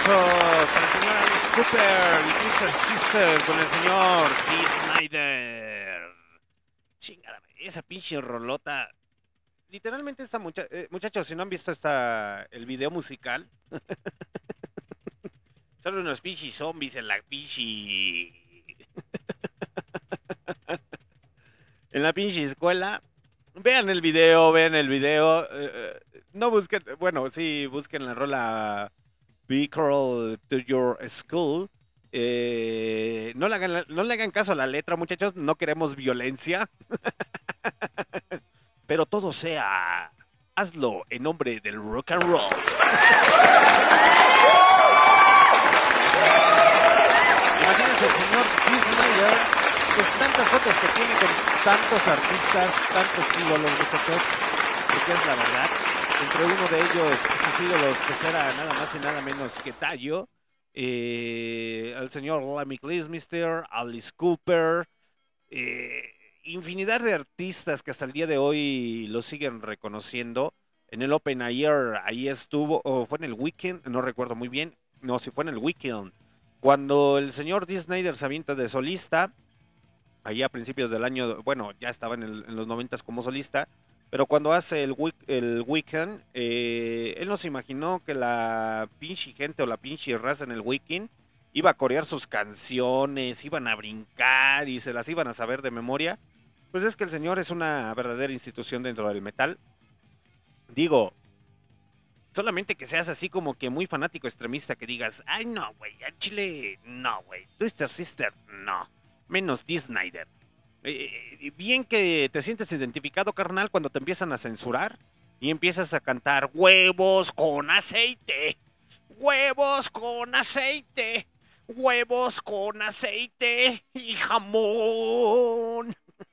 aplausos para el señor Alice Cooper y Twister Sister con el señor Dee Snider. Chingada, esa pinche rolota. Literalmente esta mucha eh, muchachos, si no han visto esta el video musical, son unos pinches zombies en la pinche en la pinche escuela. Vean el video, vean el video. Eh, no busquen, bueno, sí, busquen la rola Be Cruel to Your School. Eh, no, le hagan, no le hagan caso a la letra, muchachos. No queremos violencia. Pero todo sea, hazlo en nombre del rock and roll. Imagínense el señor Dee Snider, pues tantas fotos que tiene con tantos artistas, tantos ídolos, muchachos, porque es la verdad. Entre uno de ellos, esos ídolos, pues era nada más y nada menos que Tayo, eh, el señor Lemmy Kilmister, Alice Cooper, eh, infinidad de artistas que hasta el día de hoy lo siguen reconociendo. En el Open Air, ahí estuvo, o fue en el Weekend, no recuerdo muy bien, no, si fue en el Weekend, cuando el señor Dee Snider se avienta de solista, ahí a principios del año, bueno, ya estaba en, el, en los noventas como solista, pero cuando hace el, week, el Weekend, eh, él no se imaginó que la pinche gente o la pinche raza en el Weekend iba a corear sus canciones, iban a brincar y se las iban a saber de memoria. Pues es que el señor es una verdadera institución dentro del metal. Digo, solamente que seas así como que muy fanático extremista, que digas, ay no, güey, a Chile, no, güey, Twister Sister, no, menos Dee Snider. Eh, bien que te sientes identificado, carnal, cuando te empiezan a censurar y empiezas a cantar huevos con aceite, huevos con aceite, huevos con aceite y jamón.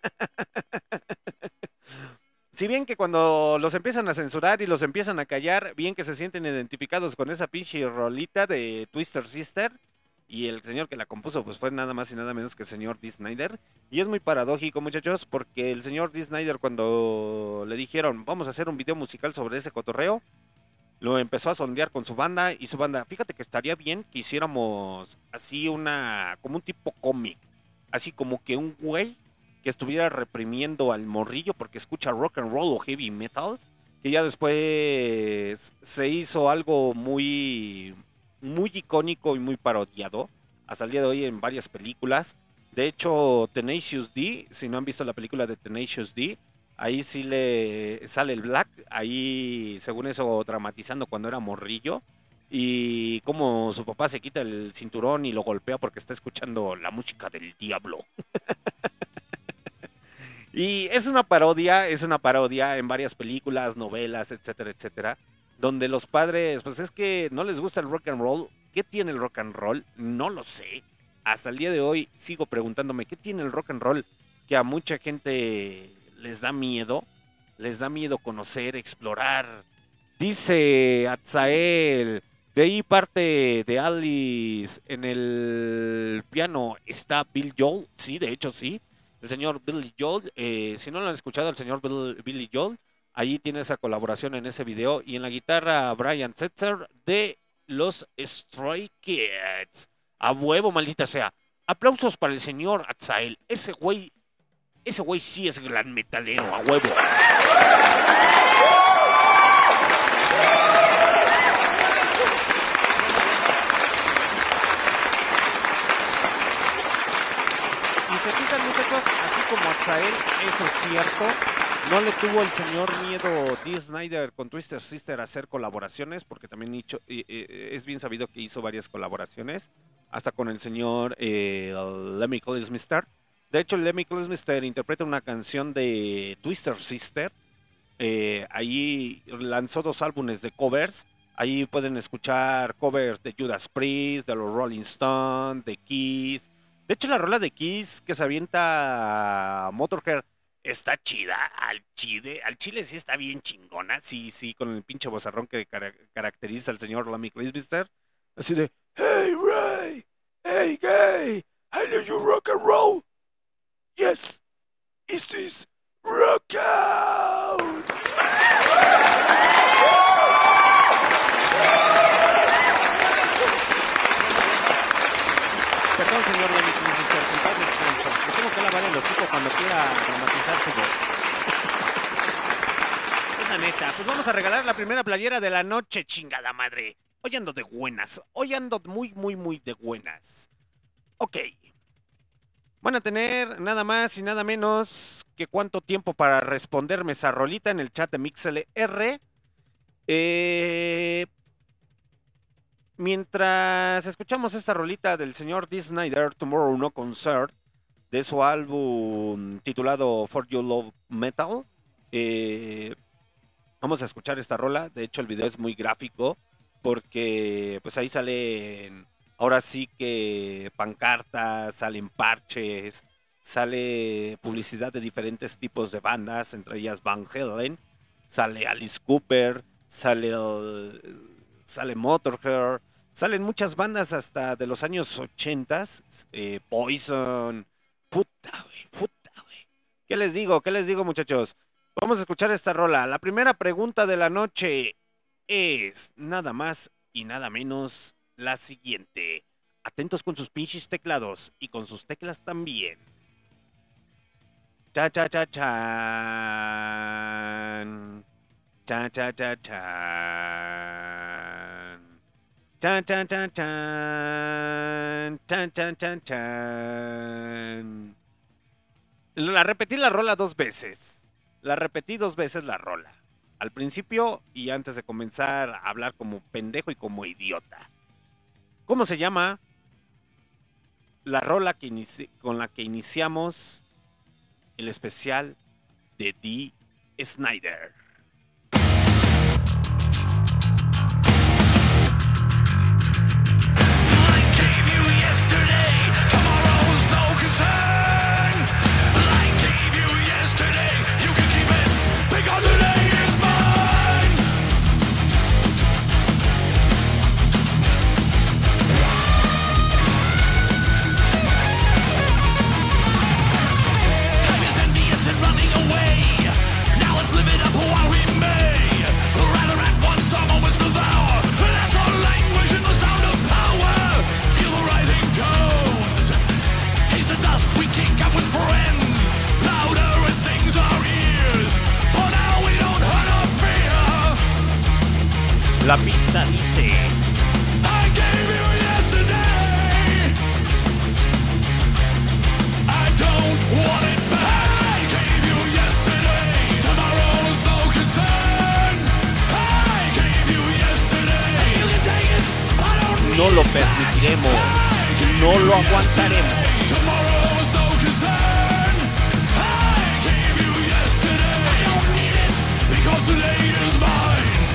Si bien que cuando los empiezan a censurar y los empiezan a callar, bien que se sienten identificados con esa pinche rolita de Twister Sister, y el señor que la compuso pues fue nada más y nada menos que el señor Dee Snider. Y es muy paradójico, muchachos, porque el señor Dee Snider, cuando le dijeron vamos a hacer un video musical sobre ese cotorreo, lo empezó a sondear con su banda, y su banda, fíjate que estaría bien que hiciéramos así una, como un tipo cómic, así como que un güey que estuviera reprimiendo al morrillo porque escucha rock and roll o heavy metal, que ya después se hizo algo muy, muy icónico y muy parodiado hasta el día de hoy en varias películas. De hecho, Tenacious D, si no han visto la película de Tenacious D, ahí sí le sale el Black, ahí según eso dramatizando cuando era morrillo, y como su papá se quita el cinturón y lo golpea porque está escuchando la música del diablo. Y es una parodia, es una parodia en varias películas, novelas, etcétera, etcétera, donde los padres, pues es que no les gusta el rock and roll. ¿Qué tiene el rock and roll? No lo sé. Hasta el día de hoy sigo preguntándome, ¿qué tiene el rock and roll que a mucha gente les da miedo? Les da miedo conocer, explorar. Dice Atzael, de ahí parte de Alice en el piano está Bill Joel. Sí, de hecho sí. El señor Billy Joel, eh, si no lo han escuchado, el señor Bill, Billy Joel, ahí tiene esa colaboración en ese video. Y en la guitarra, Brian Setzer de los Stray Kids. A huevo, maldita sea. Aplausos para el señor Atzael. Ese güey, ese güey sí es gran metalero, a huevo. Y se fijan, muchachos, así como Atzael, eso es cierto. No le tuvo el señor miedo Dee Snider con Twister Sister a hacer colaboraciones, porque también hizo, eh, eh, es bien sabido que hizo varias colaboraciones, hasta con el señor eh, Lemmy Kilmister. De hecho, Lemmy Kilmister interpreta una canción de Twister Sister. Eh, ahí lanzó dos álbumes de covers. Ahí pueden escuchar covers de Judas Priest, de los Rolling Stones, de Kiss. De hecho, la rola de Kiss que se avienta Motorhead está chida. Al chile, al chile sí está bien chingona. Sí, sí, con el pinche vozarrón que car caracteriza al señor Lemmy Kilmister. Así de, hey Ray, hey gay, I know you rock and roll. Yes, is this rock out? Perdón, señor Lenny Mister, en paz descanso. Me tengo que lavar el hocico cuando quiera dramatizar su voz. Es la neta. Pues vamos a regalar la primera playera de la noche, chingada madre. Hoy ando de buenas. Hoy ando muy, muy, muy de buenas. Ok. Van a tener nada más y nada menos que cuánto tiempo para responderme esa rolita en el chat de MixLR. Eh... Mientras escuchamos esta rolita del señor Dee Snider, Tomorrow No Concert, de su álbum titulado For You Love Metal, eh, vamos a escuchar esta rola. De hecho, el video es muy gráfico porque pues ahí salen, ahora sí que pancartas, salen parches, sale publicidad de diferentes tipos de bandas, entre ellas Van Halen, sale Alice Cooper, sale el... Sale Motorhead, salen muchas bandas hasta de los años ochentas, eh, Poison, puta, güey, puta, güey. ¿Qué les digo? ¿Qué les digo, muchachos? Vamos a escuchar esta rola. La primera pregunta de la noche es nada más y nada menos la siguiente. Atentos con sus pinches teclados y con sus teclas también. Cha, cha, cha, chan. Cha, cha, cha, chan. Chan, chan, chan, chan. Chan, chan, chan, chan. La repetí la rola dos veces. La repetí dos veces la rola. Al principio y antes de comenzar a hablar como pendejo y como idiota. ¿Cómo se llama la rola que inici- con la que iniciamos el especial de Dee Snider? La pista dice: I gave you yesterday. I don't want it back. I gave you yesterday. Tomorrow's no concern. I gave you yesterday. You can take it. I don't need no lo permitiremos. No lo aguantaremos. Tomorrow's no concern. I gave you yesterday. I don't need it because today is mine.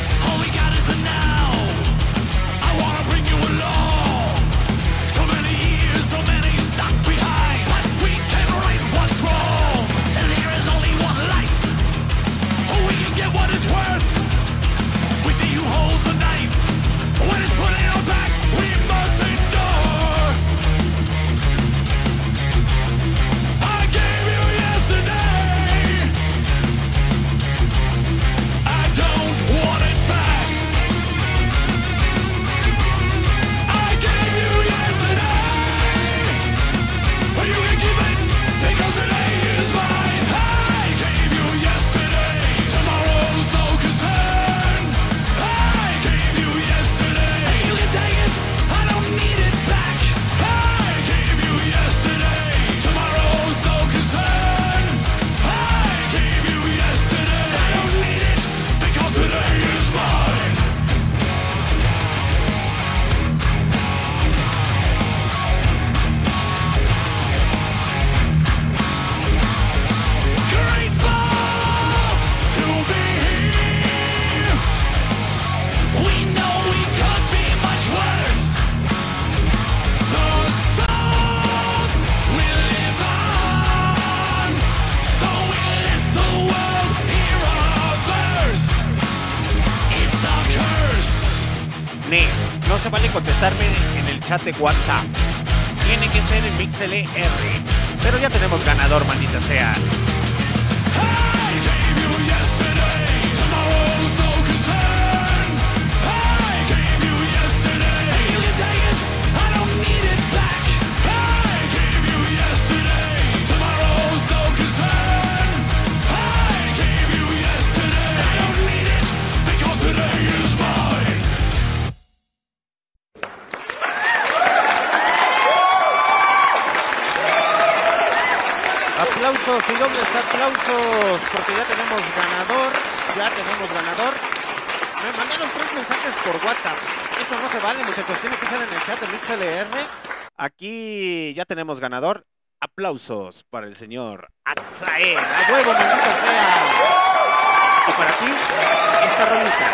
No se vale contestarme en el chat de WhatsApp. Tiene que ser en MixLR. Pero ya tenemos ganador, maldita sea. aplausos y dobles aplausos, porque ya tenemos ganador, ya tenemos ganador. Me mandaron tres mensajes por WhatsApp. Eso no se vale, muchachos, tiene que ser en el chat de MixLR. Aquí ya tenemos ganador. Aplausos para el señor Atzael. ¡A huevo, maldito sea! Y para ti, esta rolita.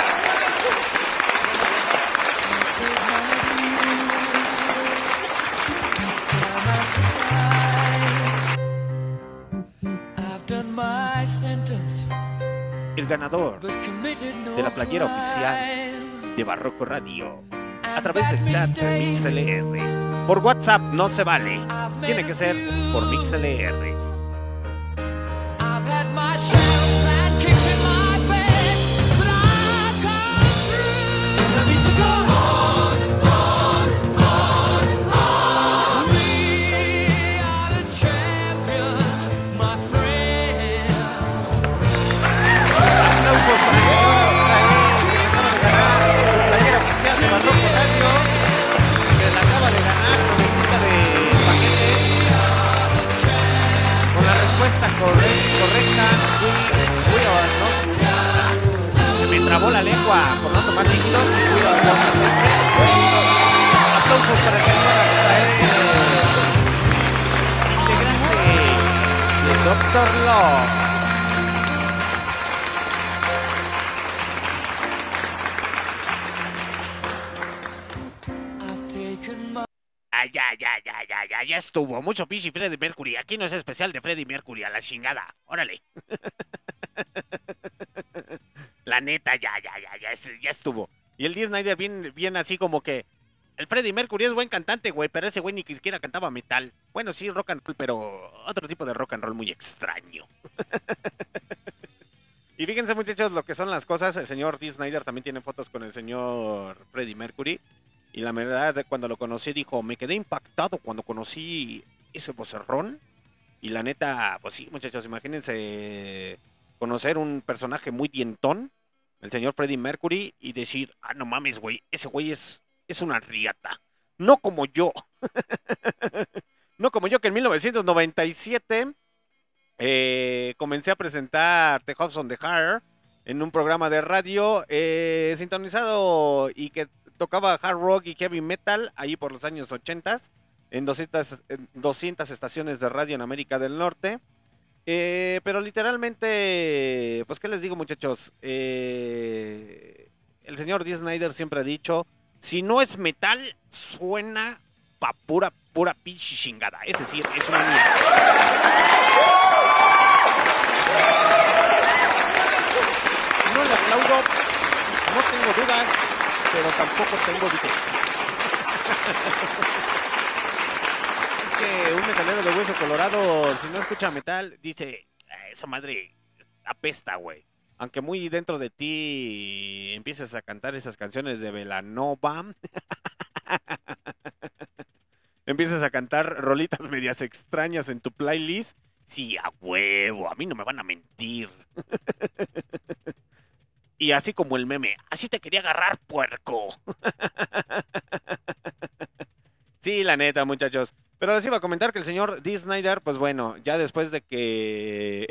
El ganador de la playera oficial de Barroco Radio a través del chat de MixLR. Por WhatsApp no se vale, tiene que ser por MixLR. Aplausos para el señor Atzael, que se acaba de ganar su playera oficial de Barroco Radio. Se la acaba de ganar, nuevecita de paquete. Con la respuesta corre- correcta, we, we are not. Se me trabó la lengua por no tomar líquidos. We are not. Aplausos para el señor Atzael, integrante de Doctor Love. Ah, ya, ya, ya, ya, ya, ya estuvo. Mucho pichi Freddie Mercury. Aquí no es especial de Freddie Mercury, a la chingada. Órale. La neta, ya, ya, ya, ya, ya estuvo. Y el Dee Snider bien, bien así como que... El Freddie Mercury es buen cantante, güey, pero ese güey ni siquiera cantaba metal. Bueno, sí, rock and roll, pero otro tipo de rock and roll muy extraño. Y fíjense, muchachos, lo que son las cosas. El señor Dee Snider también tiene fotos con el señor Freddie Mercury. Y la verdad, cuando lo conocí, dijo, me quedé impactado cuando conocí ese vocerrón. Y la neta, pues sí, muchachos, imagínense conocer un personaje muy dientón, el señor Freddie Mercury, y decir, ah, no mames, güey, ese güey es, es una riata. No como yo. No como yo, que en mil novecientos noventa y siete eh, comencé a presentar The House on the Hare en un programa de radio eh, sintonizado y que tocaba hard rock y heavy metal ahí por los años ochenta en doscientas, en doscientas estaciones de radio en América del Norte. Eh, pero literalmente, pues qué les digo, muchachos, eh, el señor Dee Snider siempre ha dicho, si no es metal, suena pa pura, pura pinche chingada. Es decir, es una mierda. No le aplaudo, no tengo dudas, pero tampoco tengo evidencia. Es que un metalero de hueso colorado, si no escucha metal, dice, esa madre apesta, güey. Aunque muy dentro de ti empieces a cantar esas canciones de Belanova, empiezas a cantar rolitas medias extrañas en tu playlist, sí, a huevo, a mí no me van a mentir. Y así como el meme, así te quería agarrar, puerco. Sí, la neta, muchachos. Pero les iba a comentar que el señor Dee Snider, pues bueno, ya después de que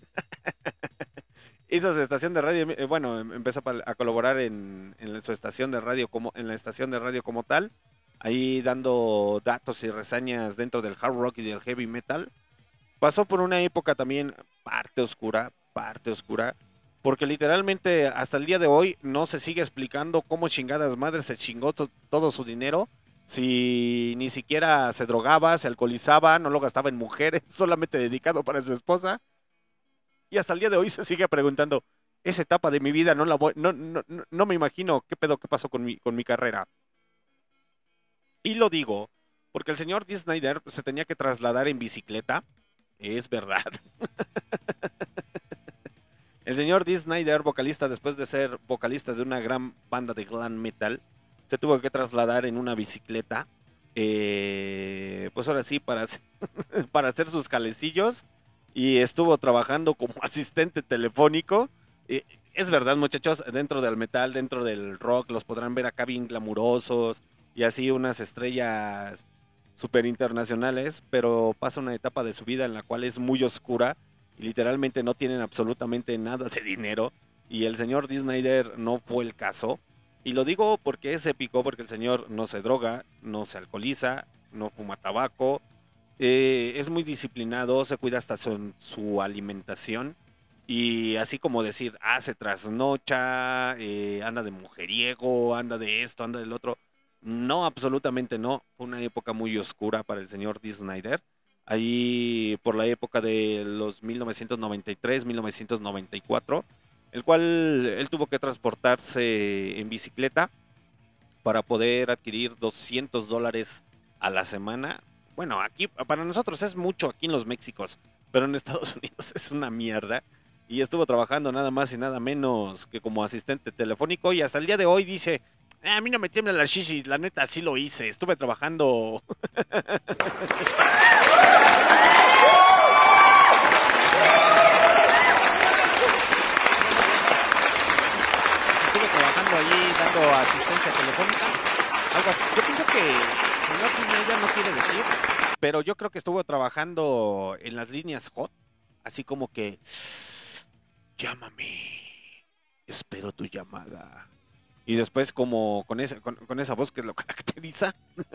hizo su estación de radio, eh, bueno, empezó a colaborar en, en su estación de radio, como en la estación de radio como tal, ahí dando datos y reseñas dentro del hard rock y del heavy metal. Pasó por una época también parte oscura, parte oscura, porque literalmente hasta el día de hoy no se sigue explicando cómo chingadas madres se chingó to todo su dinero, si ni siquiera se drogaba, se alcoholizaba, no lo gastaba en mujeres, solamente dedicado para su esposa. Y hasta el día de hoy se sigue preguntando, esa etapa de mi vida no la voy, no, no, no, no me imagino qué pedo, qué pasó con mi, con mi carrera. Y lo digo porque el señor Dee Snider se tenía que trasladar en bicicleta, es verdad. El señor Dee Snider, vocalista, después de ser vocalista de una gran banda de glam metal, se tuvo que trasladar en una bicicleta, eh, pues ahora sí, para, para hacer sus calecillos, y estuvo trabajando como asistente telefónico. Eh, es verdad, muchachos, dentro del metal, dentro del rock, los podrán ver acá bien glamurosos, y así unas estrellas súper internacionales, pero pasa una etapa de su vida en la cual es muy oscura y literalmente no tienen absolutamente nada de dinero. Y el señor Dee Snider no fue el caso. Y lo digo porque es épico, porque el señor no se droga, no se alcoholiza, no fuma tabaco, eh, es muy disciplinado, se cuida hasta su, su alimentación. Y así como decir, ah, se trasnocha, eh, anda de mujeriego, anda de esto, anda del otro. No, absolutamente no. Fue una época muy oscura para el señor Dee Snider. Ahí por la época de los mil novecientos noventa y tres, mil novecientos noventa y cuatro, el cual él tuvo que transportarse en bicicleta para poder adquirir doscientos dólares a la semana. Bueno, aquí para nosotros es mucho aquí en los Méxicos, pero en Estados Unidos es una mierda. Y estuvo trabajando nada más y nada menos que como asistente telefónico y hasta el día de hoy dice, "Ah, a mí no me tiemblan las shishis, la neta sí lo hice, estuve trabajando". Estuve trabajando allí dando asistencia telefónica, algo así. Yo pienso que el señor Disney no quiere decir, pero yo creo que estuvo trabajando en las líneas hot, así como que, llámame, espero tu llamada. Y después como con esa, con, con esa voz que lo caracteriza.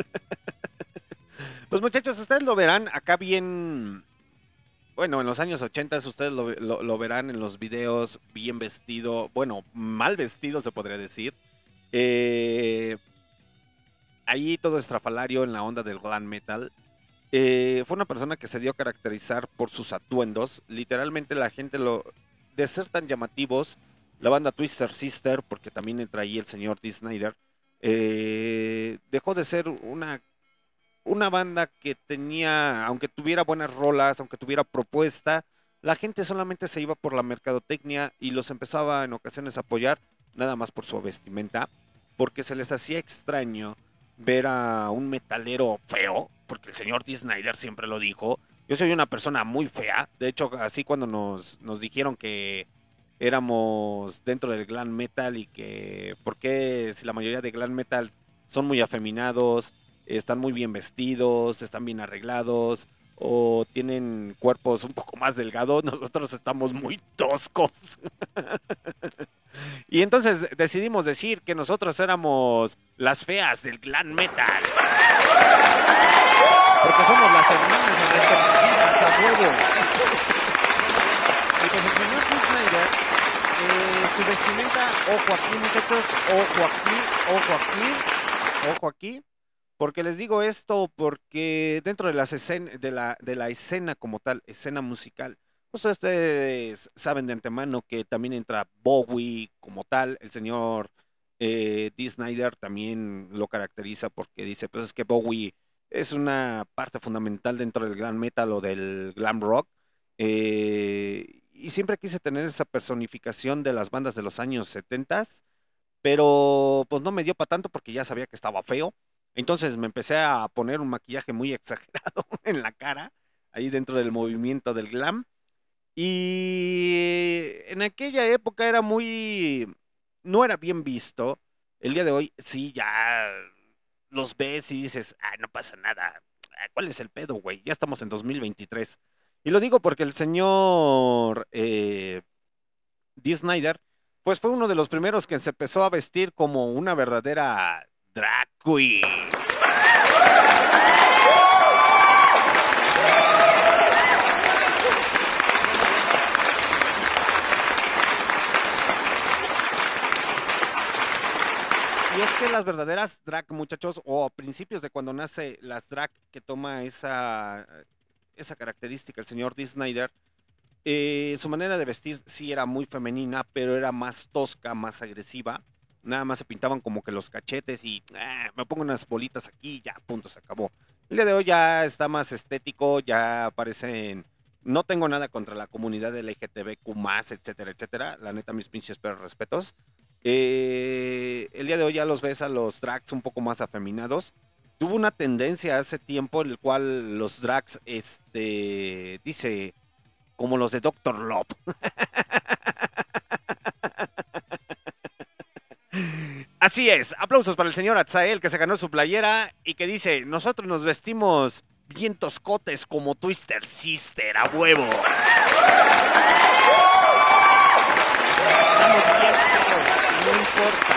Pues muchachos, ustedes lo verán acá bien. Bueno, en los años ochenta ustedes lo, lo, lo verán en los videos bien vestido, bueno, mal vestido se podría decir. Eh, ahí todo estrafalario en la onda del glam metal. Eh, fue una persona que se dio a caracterizar por sus atuendos. Literalmente la gente lo... De ser tan llamativos, la banda Twister Sister, porque también entra ahí el señor Dee Snider, eh, dejó de ser una una banda que tenía, aunque tuviera buenas rolas, aunque tuviera propuesta, la gente solamente se iba por la mercadotecnia y los empezaba en ocasiones a apoyar, nada más por su vestimenta, porque se les hacía extraño ver a un metalero feo, porque el señor Dee Snider siempre lo dijo, yo soy una persona muy fea, de hecho así cuando nos, nos dijeron que éramos dentro del glam metal y que, ¿por qué si la mayoría de glam metal son muy afeminados, están muy bien vestidos, están bien arreglados o tienen cuerpos un poco más delgados? Nosotros estamos muy toscos. Y entonces decidimos decir que nosotros éramos las feas del glam metal. Porque somos las hermanas retorcidas a huevo. Y pues el señor Dee Snider, eh, su vestimenta, ojo aquí muchachos, ojo aquí, ojo aquí, ojo aquí. Porque les digo esto porque dentro de, las escena, de, la, de la escena como tal, escena musical, pues ustedes saben de antemano que también entra Bowie como tal, el señor eh, Dee Snider también lo caracteriza porque dice, pues es que Bowie es una parte fundamental dentro del glam metal o del glam rock, eh, y siempre quise tener esa personificación de las bandas de los años setenta, pero pues no me dio para tanto porque ya sabía que estaba feo. Entonces me empecé a poner un maquillaje muy exagerado en la cara, ahí dentro del movimiento del glam. Y en aquella época era muy... no era bien visto. El día de hoy sí, ya los ves y dices, ah, no pasa nada. Ah, ¿cuál es el pedo, güey? Ya estamos en dos mil veintitrés. Y lo digo porque el señor eh, Dee Snider, pues fue uno de los primeros que se empezó a vestir como una verdadera drag queen. Y es que las verdaderas drag, muchachos, o a principios de cuando nace las drag que toma esa, esa característica el señor Dee Snider, eh, su manera de vestir sí era muy femenina, pero era más tosca, más agresiva. Nada más se pintaban como que los cachetes y ah, me pongo unas bolitas aquí y ya, punto, se acabó. El día de hoy ya está más estético, ya aparecen... No tengo nada contra la comunidad L G T B Q más, etcétera, etcétera. La neta, mis pinches pero respetos. Eh, el día de hoy ya los ves a los drags un poco más afeminados. Tuvo una tendencia hace tiempo en el cual los drags, este, dice, como los de Doctor Love. Así es, aplausos para el señor Atzael que se ganó su playera y que dice, nosotros nos vestimos bien toscotes como Twister Sister, a huevo. Estamos bien feos, no importa.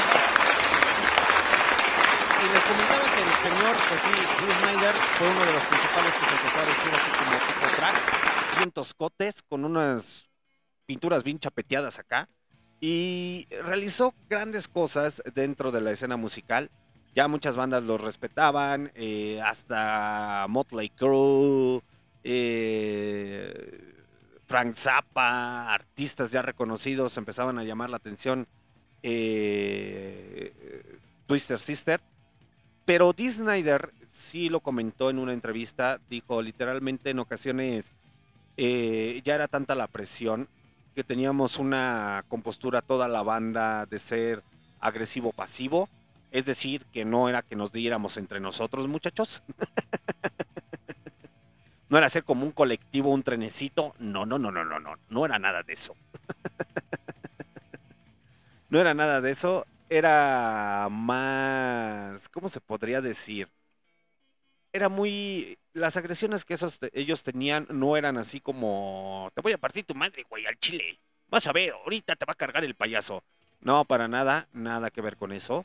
Y les comentaba que el señor, pues sí, Dee Snider fue uno de los principales que se empezó a vestir así como tipo track, bien toscotes, con unas pinturas bien chapeteadas acá. Y realizó grandes cosas dentro de la escena musical. Ya muchas bandas lo respetaban, eh, hasta Motley Crue, eh, Frank Zappa, artistas ya reconocidos empezaban a llamar la atención, eh, Twister Sister. Pero Dee Snider sí lo comentó en una entrevista, dijo literalmente en ocasiones eh, ya era tanta la presión que teníamos una compostura toda la banda de ser agresivo-pasivo, es decir, que no era que nos diéramos entre nosotros, muchachos. No era ser como un colectivo, un trenecito, no, no, no, no, no, no, no era nada de eso. No era nada de eso, era más, ¿cómo se podría decir? Era muy, las agresiones que esos te- ellos tenían no eran así como, te voy a partir tu madre, güey, al chile. Vas a ver, ahorita te va a cargar el payaso. No, para nada, nada que ver con eso.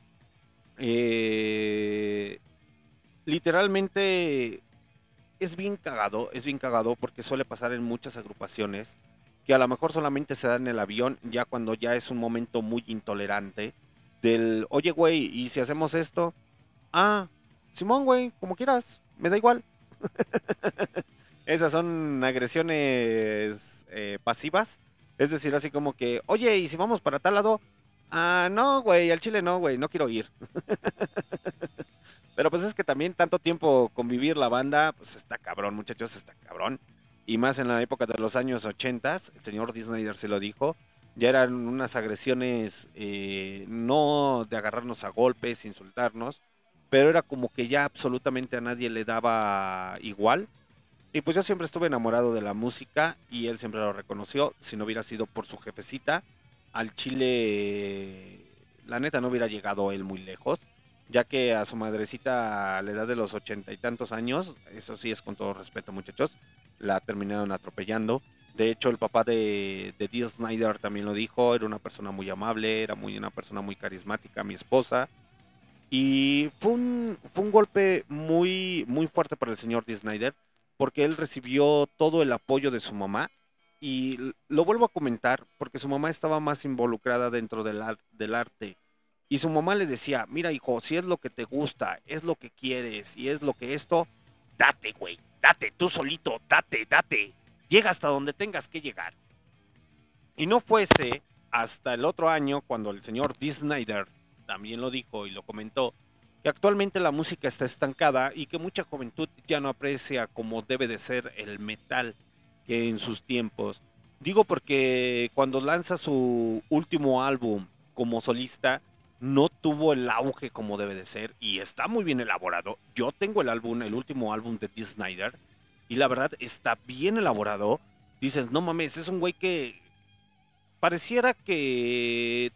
Eh, literalmente es bien cagado, es bien cagado porque suele pasar en muchas agrupaciones que a lo mejor solamente se da en el avión ya cuando ya es un momento muy intolerante del, oye, güey, ¿y si hacemos esto? Ah, Simón, güey, como quieras, me da igual. Esas son agresiones eh, pasivas. Es decir, así como que, oye, ¿y si vamos para tal lado? Ah, no, güey, al chile no, güey, no quiero ir. Pero pues es que también tanto tiempo convivir la banda, pues está cabrón, muchachos, está cabrón. Y más en la época de los años ochentas, el señor Dee Snider se lo dijo, ya eran unas agresiones eh, no de agarrarnos a golpes, insultarnos, pero era como que ya absolutamente a nadie le daba igual. Y pues yo siempre estuve enamorado de la música y él siempre lo reconoció. Si no hubiera sido por su jefecita, al Chile, la neta no hubiera llegado él muy lejos, ya que a su madrecita a la edad de los ochenta y tantos años, eso sí es con todo respeto muchachos, la terminaron atropellando. De hecho, el papá de, de Dee Snider también lo dijo, era una persona muy amable, era muy, una persona muy carismática, mi esposa. Y fue un, fue un golpe muy, muy fuerte para el señor Dee Snider, porque él recibió todo el apoyo de su mamá. Y lo vuelvo a comentar, porque su mamá estaba más involucrada dentro del, ar- del arte. Y su mamá le decía, mira hijo, si es lo que te gusta, es lo que quieres y es lo que esto, date, güey, date, tú solito, date, date. Llega hasta donde tengas que llegar. Y no fuese hasta el otro año cuando el señor Dee Snider también lo dijo y lo comentó, que actualmente la música está estancada y que mucha juventud ya no aprecia como debe de ser el metal que en sus tiempos. Digo porque cuando lanza su último álbum como solista, no tuvo el auge como debe de ser y está muy bien elaborado. Yo tengo el álbum, el último álbum de Dee Snider, y la verdad está bien elaborado. Dices, no mames, es un güey que pareciera que...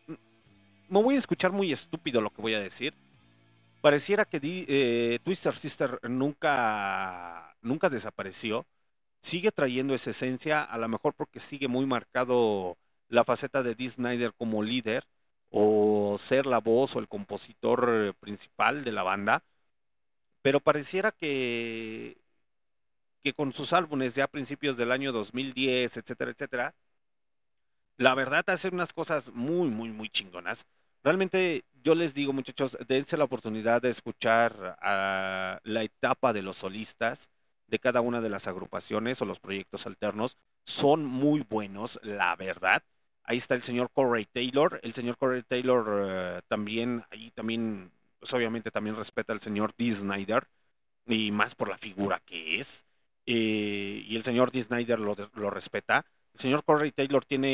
Me voy a escuchar muy estúpido lo que voy a decir. Pareciera que Di- eh, Twister Sister nunca, nunca desapareció. Sigue trayendo esa esencia, a lo mejor porque sigue muy marcado la faceta de Dee Snider como líder o ser la voz o el compositor eh, principal de la banda. Pero pareciera que, que con sus álbumes ya a principios del año dos mil diez, etcétera, etcétera, la verdad hace unas cosas muy, muy, muy chingonas. Realmente yo les digo, muchachos, dense la oportunidad de escuchar a la etapa de los solistas de cada una de las agrupaciones o los proyectos alternos. Son muy buenos, la verdad. Ahí está el señor Corey Taylor. El señor Corey Taylor eh, también, ahí también, pues obviamente también respeta al señor Dee Snider y más por la figura que es. Eh, y el señor Dee Snider lo, lo respeta. El señor Corey Taylor tiene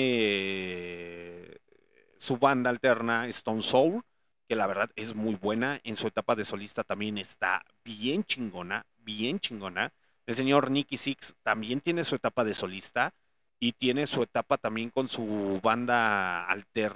eh, su banda alterna Stone Sour, que la verdad es muy buena. En su etapa de solista también está bien chingona, bien chingona. El señor Nicky Six también tiene su etapa de solista y tiene su etapa también con su banda alterna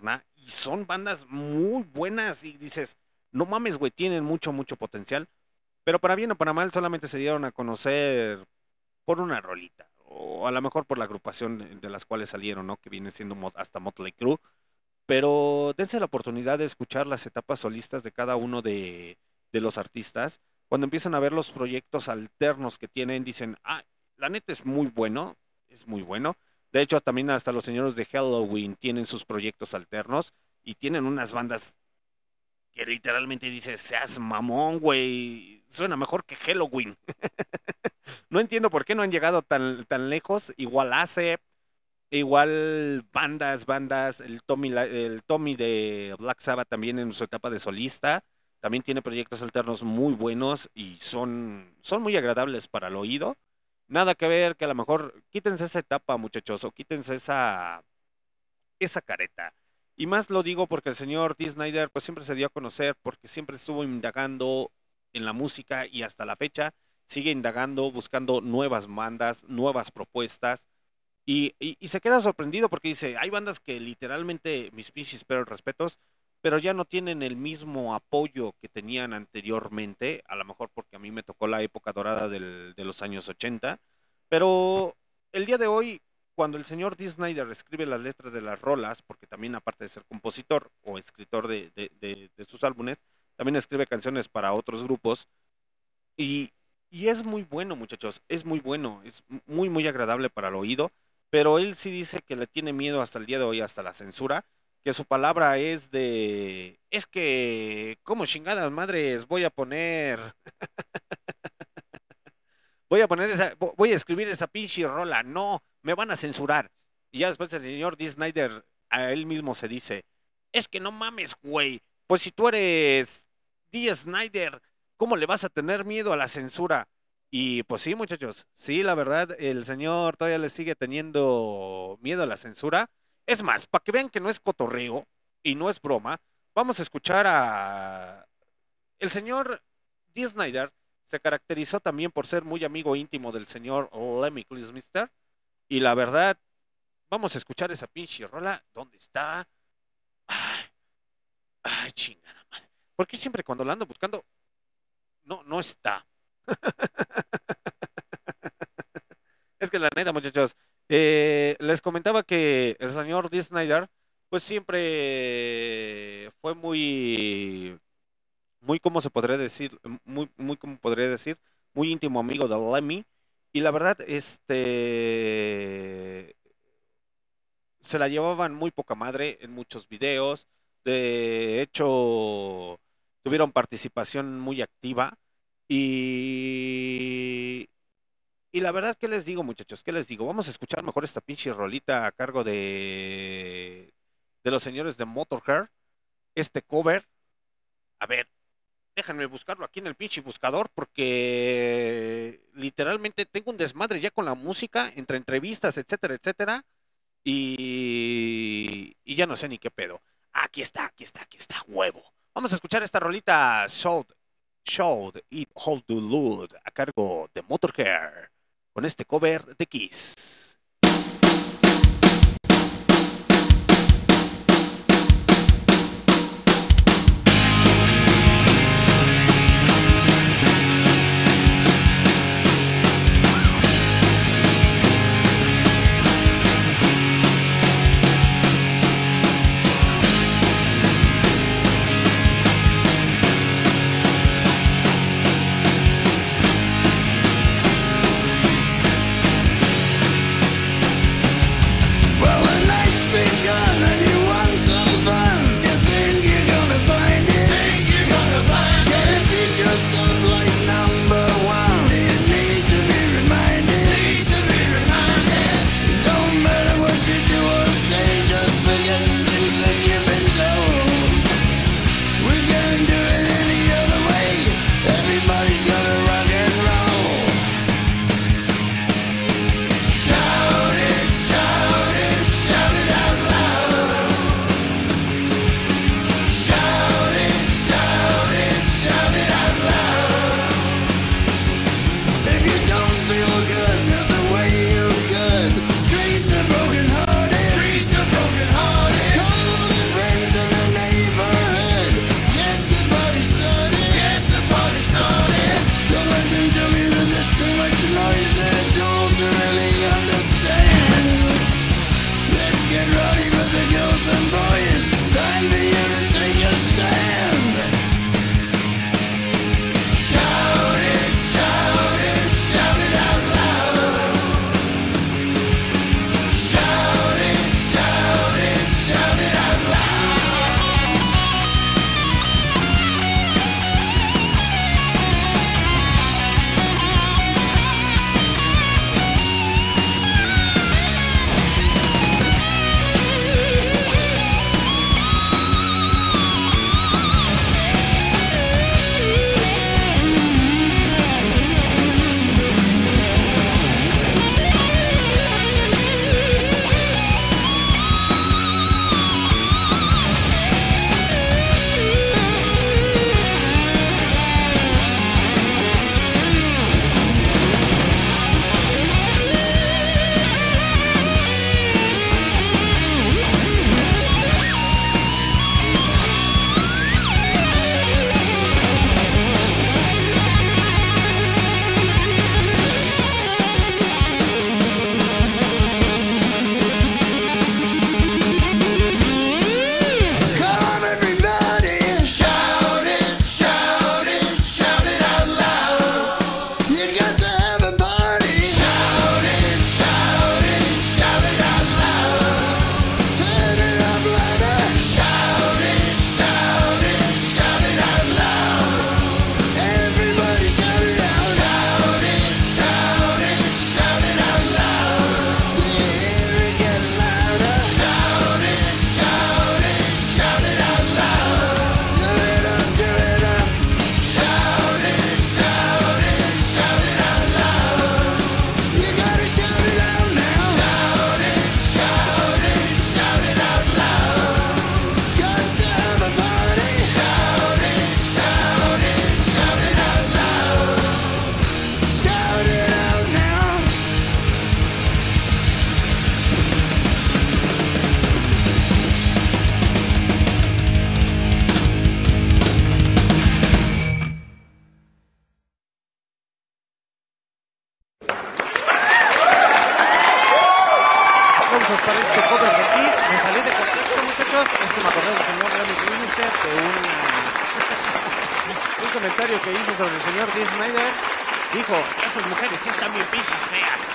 y son bandas muy buenas y dices, no mames, güey, tienen mucho, mucho potencial. Pero para bien o para mal, solamente se dieron a conocer por una rolita. O a lo mejor por la agrupación de, de las cuales salieron, ¿no? Que viene siendo Mot- hasta Motley Crue. Pero dense la oportunidad de escuchar las etapas solistas de cada uno de, de los artistas. Cuando empiezan a ver los proyectos alternos que tienen, dicen, ah, la neta es muy bueno, es muy bueno. De hecho, también hasta los señores de Halloween tienen sus proyectos alternos y tienen unas bandas que literalmente dices, seas mamón, güey, suena mejor que Halloween. No entiendo por qué no han llegado tan, tan lejos. Igual hace, igual bandas, bandas, el Tommy, la- el Tommy de Black Sabbath también en su etapa de solista, también tiene proyectos alternos muy buenos y son, son muy agradables para el oído. Nada que ver que a lo mejor quítense esa etapa, muchachos, o quítense esa, esa careta. Y más lo digo porque el señor Dee Snider pues siempre se dio a conocer porque siempre estuvo indagando en la música y hasta la fecha sigue indagando, buscando nuevas bandas, nuevas propuestas y, y, y se queda sorprendido porque dice, hay bandas que literalmente, mis pinches pero respetos, pero ya no tienen el mismo apoyo que tenían anteriormente, a lo mejor porque a mí me tocó la época dorada del, de los años ochenta, pero el día de hoy, cuando el señor Dee Snider escribe las letras de las rolas, porque también aparte de ser compositor o escritor de, de, de, de sus álbumes, también escribe canciones para otros grupos, y, y es muy bueno, muchachos, es muy bueno, es muy, muy agradable para el oído, pero él sí dice que le tiene miedo hasta el día de hoy, hasta la censura, que su palabra es de, es que, ¿cómo chingadas madres voy a poner, voy a poner esa, voy a escribir esa pinche rola? No, me van a censurar. Y ya después el señor Dee Snider a él mismo se dice, es que no mames, güey, pues si tú eres Dee Snider, ¿cómo le vas a tener miedo a la censura? Y pues sí, muchachos, sí, la verdad, el señor todavía le sigue teniendo miedo a la censura. Es más, para que vean que no es cotorreo y no es broma, vamos a escuchar a... El señor Dee Snider se caracterizó también por ser muy amigo íntimo del señor Lemmy Kilmister. Y la verdad, vamos a escuchar esa pinche rola. ¿Dónde está? Ay, ay, chingada madre. ¿Por qué siempre cuando la ando buscando, no, no está? Es que la neta, muchachos, eh, les comentaba que el señor Dee Snider, pues siempre fue muy, muy, ¿cómo se podría decir? Muy, muy, ¿cómo podría decir? Muy íntimo amigo de Lemmy. Y la verdad, este, se la llevaban muy poca madre en muchos videos. De hecho, tuvieron participación muy activa. Y, y la verdad, ¿qué les digo, muchachos? ¿Qué les digo? Vamos a escuchar mejor esta pinche rolita a cargo de, de los señores de Motorhead. Este cover. A ver, déjenme buscarlo aquí en el pinche buscador porque literalmente tengo un desmadre ya con la música, entre entrevistas, etcétera, etcétera. Y, y ya no sé ni qué pedo. Aquí está, aquí está, aquí está, huevo. Vamos a escuchar esta rolita Showed, Showed It Hold to Loot a cargo de Motorhead con este cover de Kiss. Thank para este cover de Kiss. Me salí de contexto, muchachos. Es que me acordé del señor Lemmy Kilmister de una... un comentario que hizo sobre el señor Dee Snider. Dijo, esas mujeres sí están bien pinches feas.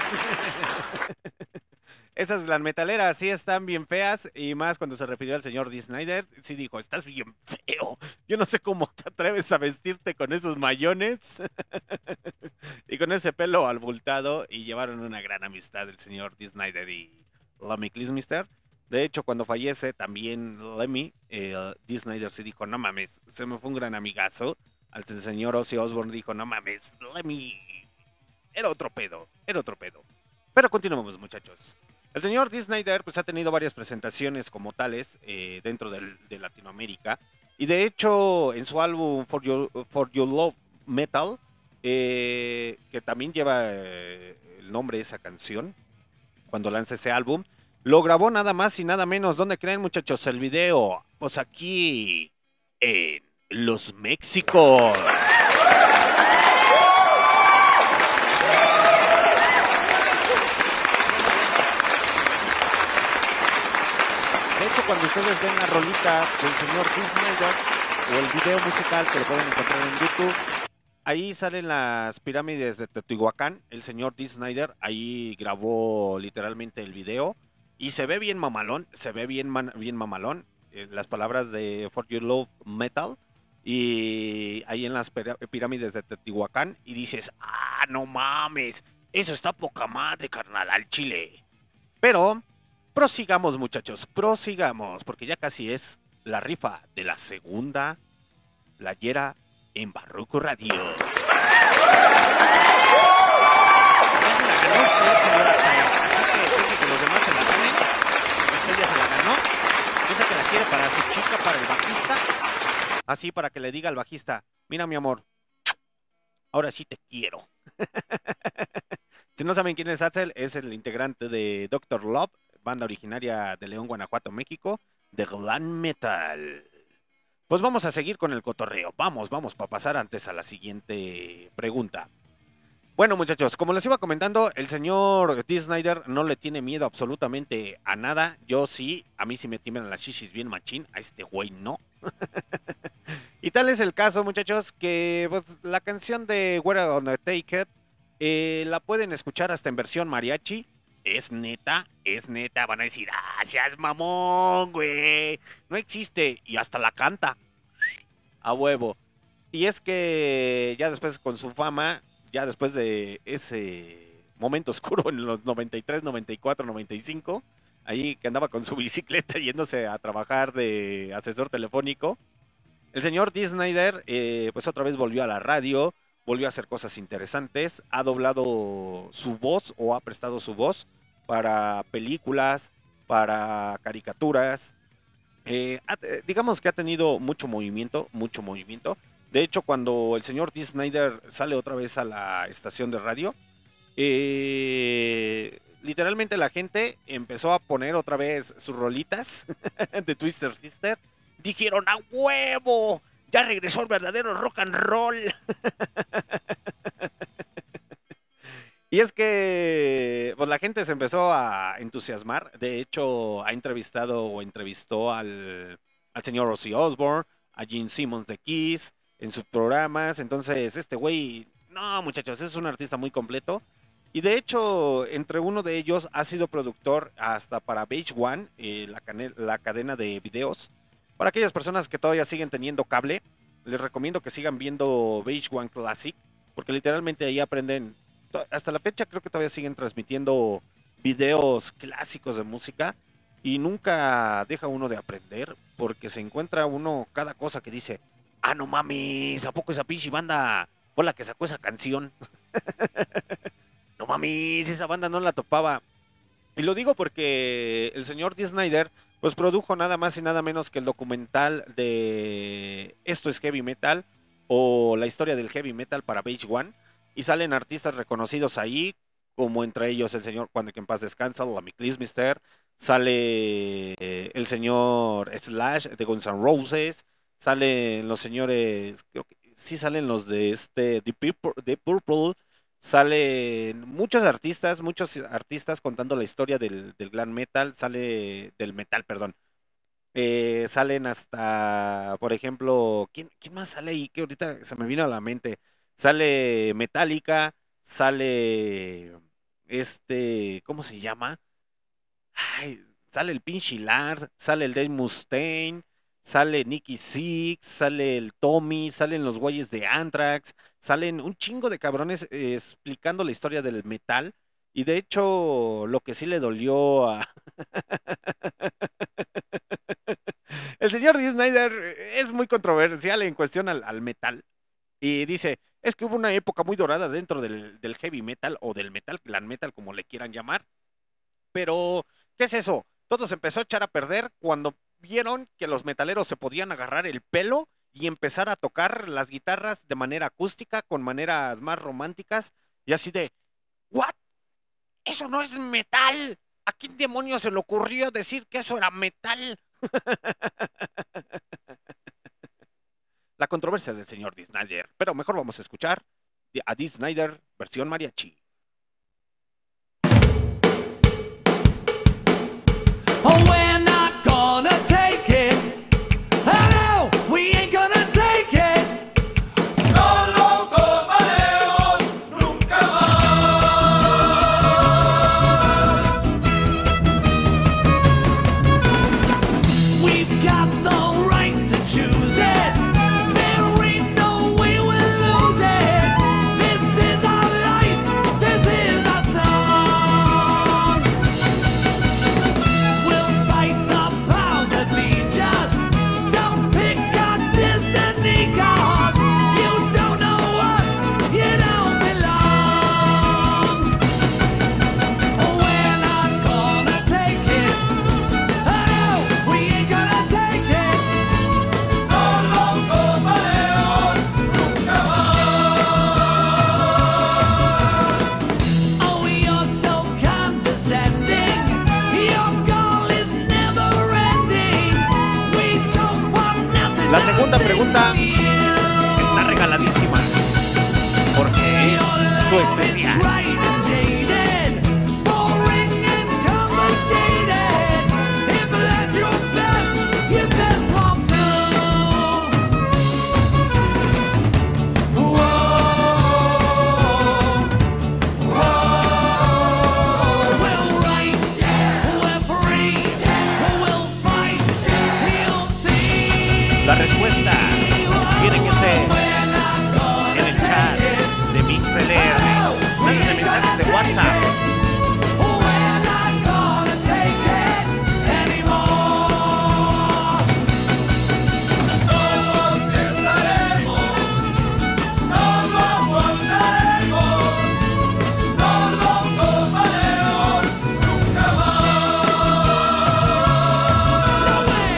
Esas las metaleras sí están bien feas. Y más cuando se refirió al señor Dee Snider. Sí dijo, estás bien feo. Yo no sé cómo te atreves a vestirte con esos mayones. Y con ese pelo abultado. Y llevaron una gran amistad el señor Dee Snider y Lemmy Kilmister. De hecho, cuando fallece también Lemmy, eh, Dee Snider sí dijo, no mames, se me fue un gran amigazo. Al señor Ozzy Osbourne dijo, no mames, Lemmy era otro pedo, era otro pedo. Pero continuamos, muchachos. El señor Dee Snider pues, ha tenido varias presentaciones como tales eh, dentro del, de Latinoamérica. Y de hecho, en su álbum For Your, For Your Love Metal, eh, que también lleva eh, el nombre de esa canción, cuando lanza ese álbum, lo grabó nada más y nada menos. ¿Dónde creen, muchachos, el video? Pues aquí, en Los Méxicos. De hecho, cuando ustedes ven la rolita del señor Dee Snider o el video musical que lo pueden encontrar en YouTube, ahí salen las pirámides de Teotihuacán. El señor Dee Snider ahí grabó literalmente el video y se ve bien mamalón, se ve bien, man, bien mamalón. Eh, las palabras de For Your Love Metal y ahí en las pirámides de Teotihuacán y dices, ah, no mames, eso está poca madre, carnal, al chile. Pero prosigamos, muchachos, prosigamos, porque ya casi es la rifa de la segunda playera en Barroco Radio. Ya se la ganó usted, señora Tsai, así que deje que los demás se la ganen. Usted ya se la ganó. Yo sé que la quiere para su chica, para el bajista. Así para que le diga al bajista, mira mi amor, ahora sí te quiero. Si no saben quién es Axel, es el integrante de Doctor Love, banda originaria de León, Guanajuato, México, de glam metal. Pues vamos a seguir con el cotorreo. Vamos, vamos, para pasar antes a la siguiente pregunta. Bueno, muchachos, como les iba comentando, el señor Dee Snider no le tiene miedo absolutamente a nada. Yo sí, a mí sí me tiemblan las shishis bien machín, a este güey no. Y tal es el caso, muchachos, que pues, la canción de We're Gonna Take It eh, la pueden escuchar hasta en versión mariachi. Es neta, es neta. Van a decir, ah, seas mamón, güey. No existe. Y hasta la canta. A huevo. Y es que ya después con su fama, ya después de ese momento oscuro en los noventa y tres, noventa y cuatro, noventa y cinco, ahí que andaba con su bicicleta yéndose a trabajar de asesor telefónico, el señor Dee Snider eh, pues otra vez volvió a la radio, volvió a hacer cosas interesantes, ha doblado su voz o ha prestado su voz para películas, para caricaturas. Eh, ha, digamos que ha tenido mucho movimiento, mucho movimiento. De hecho, cuando el señor Dee Snider sale otra vez a la estación de radio, eh, literalmente la gente empezó a poner otra vez sus rolitas de Twister Sister. Dijeron, ¡a huevo! Ya regresó el verdadero rock and roll. Y es que pues la gente se empezó a entusiasmar. De hecho, ha entrevistado o entrevistó al, al señor Ozzy Osbourne, a Gene Simmons de Kiss en sus programas. Entonces, este güey, no, muchachos, es un artista muy completo. Y de hecho, entre uno de ellos ha sido productor hasta para V H uno, eh, la, la cadena de videos. Para aquellas personas que todavía siguen teniendo cable, les recomiendo que sigan viendo V H uno Classic, porque literalmente ahí aprenden. Hasta la fecha creo que todavía siguen transmitiendo videos clásicos de música y nunca deja uno de aprender, porque se encuentra uno cada cosa que dice, ah, no mames, ¿a poco esa pinche banda fue la que sacó esa canción? No mames, esa banda no la topaba. Y lo digo porque el señor Dee Snider pues produjo nada más y nada menos que el documental de Esto es Heavy Metal, o la historia del heavy metal para V H uno, y salen artistas reconocidos ahí, como entre ellos el señor, cuando que en paz descansa, Lemmy Kilmister, sale eh, el señor Slash de Guns N' Roses, salen los señores, creo que sí salen los de este The Purple, The Purple, Salen muchos artistas, muchos artistas contando la historia del, del glam metal, sale del metal, perdón. Eh, salen hasta, por ejemplo, ¿quién, quién más sale ahí? Que ahorita se me vino a la mente. Sale Metallica, sale este, ¿cómo se llama? Ay, sale el pinche Lars, sale el Dave Mustaine, sale Nicky Six, sale el Tommy, salen los güeyes de Anthrax, salen un chingo de cabrones eh, explicando la historia del metal. Y de hecho, lo que sí le dolió a, el señor Dee Snider es muy controversial en cuestión al, al metal. Y dice, es que hubo una época muy dorada dentro del, del heavy metal o del metal, glam metal, como le quieran llamar. Pero, ¿qué es eso? Todo se empezó a echar a perder cuando vieron que los metaleros se podían agarrar el pelo y empezar a tocar las guitarras de manera acústica, con maneras más románticas, y así de, ¿what? Eso no es metal. ¿A quién demonios se le ocurrió decir que eso era metal? La controversia del señor Dee Snider. Pero mejor vamos a escuchar a Dee Snider versión mariachi. Oh, we're not gonna take it. Oh, no, we ain't gonna take it. No lo tomaremos nunca más. We've got the right to choose it. There ain't no way we'll lose it. This is our life. This is our song. We'll fight the powers that be just. Don't pick our destiny, 'cause you don't know us. You don't belong. We're not gonna take it. Oh, we ain't gonna take it. No lo tomaremos nunca más. Oh, you're so condescending. Your goal is never ending. We don't want nothing. La segunda pregunta you. está regaladísima, porque es su especial. Right and jaded, boring and confiscated. If that's your best, you best walk too. Whoa, whoa. We'll write, we're free, we'll fight, you'll see. La respuesta tiene que ser en el chat de MixLR. Mándenme mensajes de WhatsApp. We're not gonna take it anymore. Todos estaremos, no lo aguantaremos, no lo tomaremos nunca más. No way.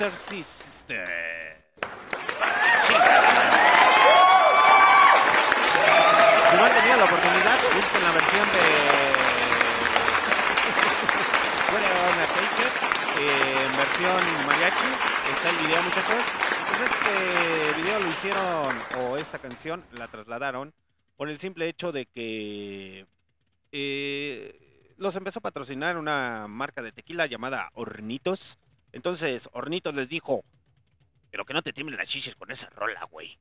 Twister Sister. Sí. Si no han tenido la oportunidad, busquen la versión de We're on a Take It, eh, en versión mariachi. Está el video, muchachos. Pues este video lo hicieron, o esta canción la trasladaron por el simple hecho de que eh, los empezó a patrocinar una marca de tequila llamada Hornitos. Entonces Hornitos les dijo: pero que no te tiemblen las chichis con esa rola, güey.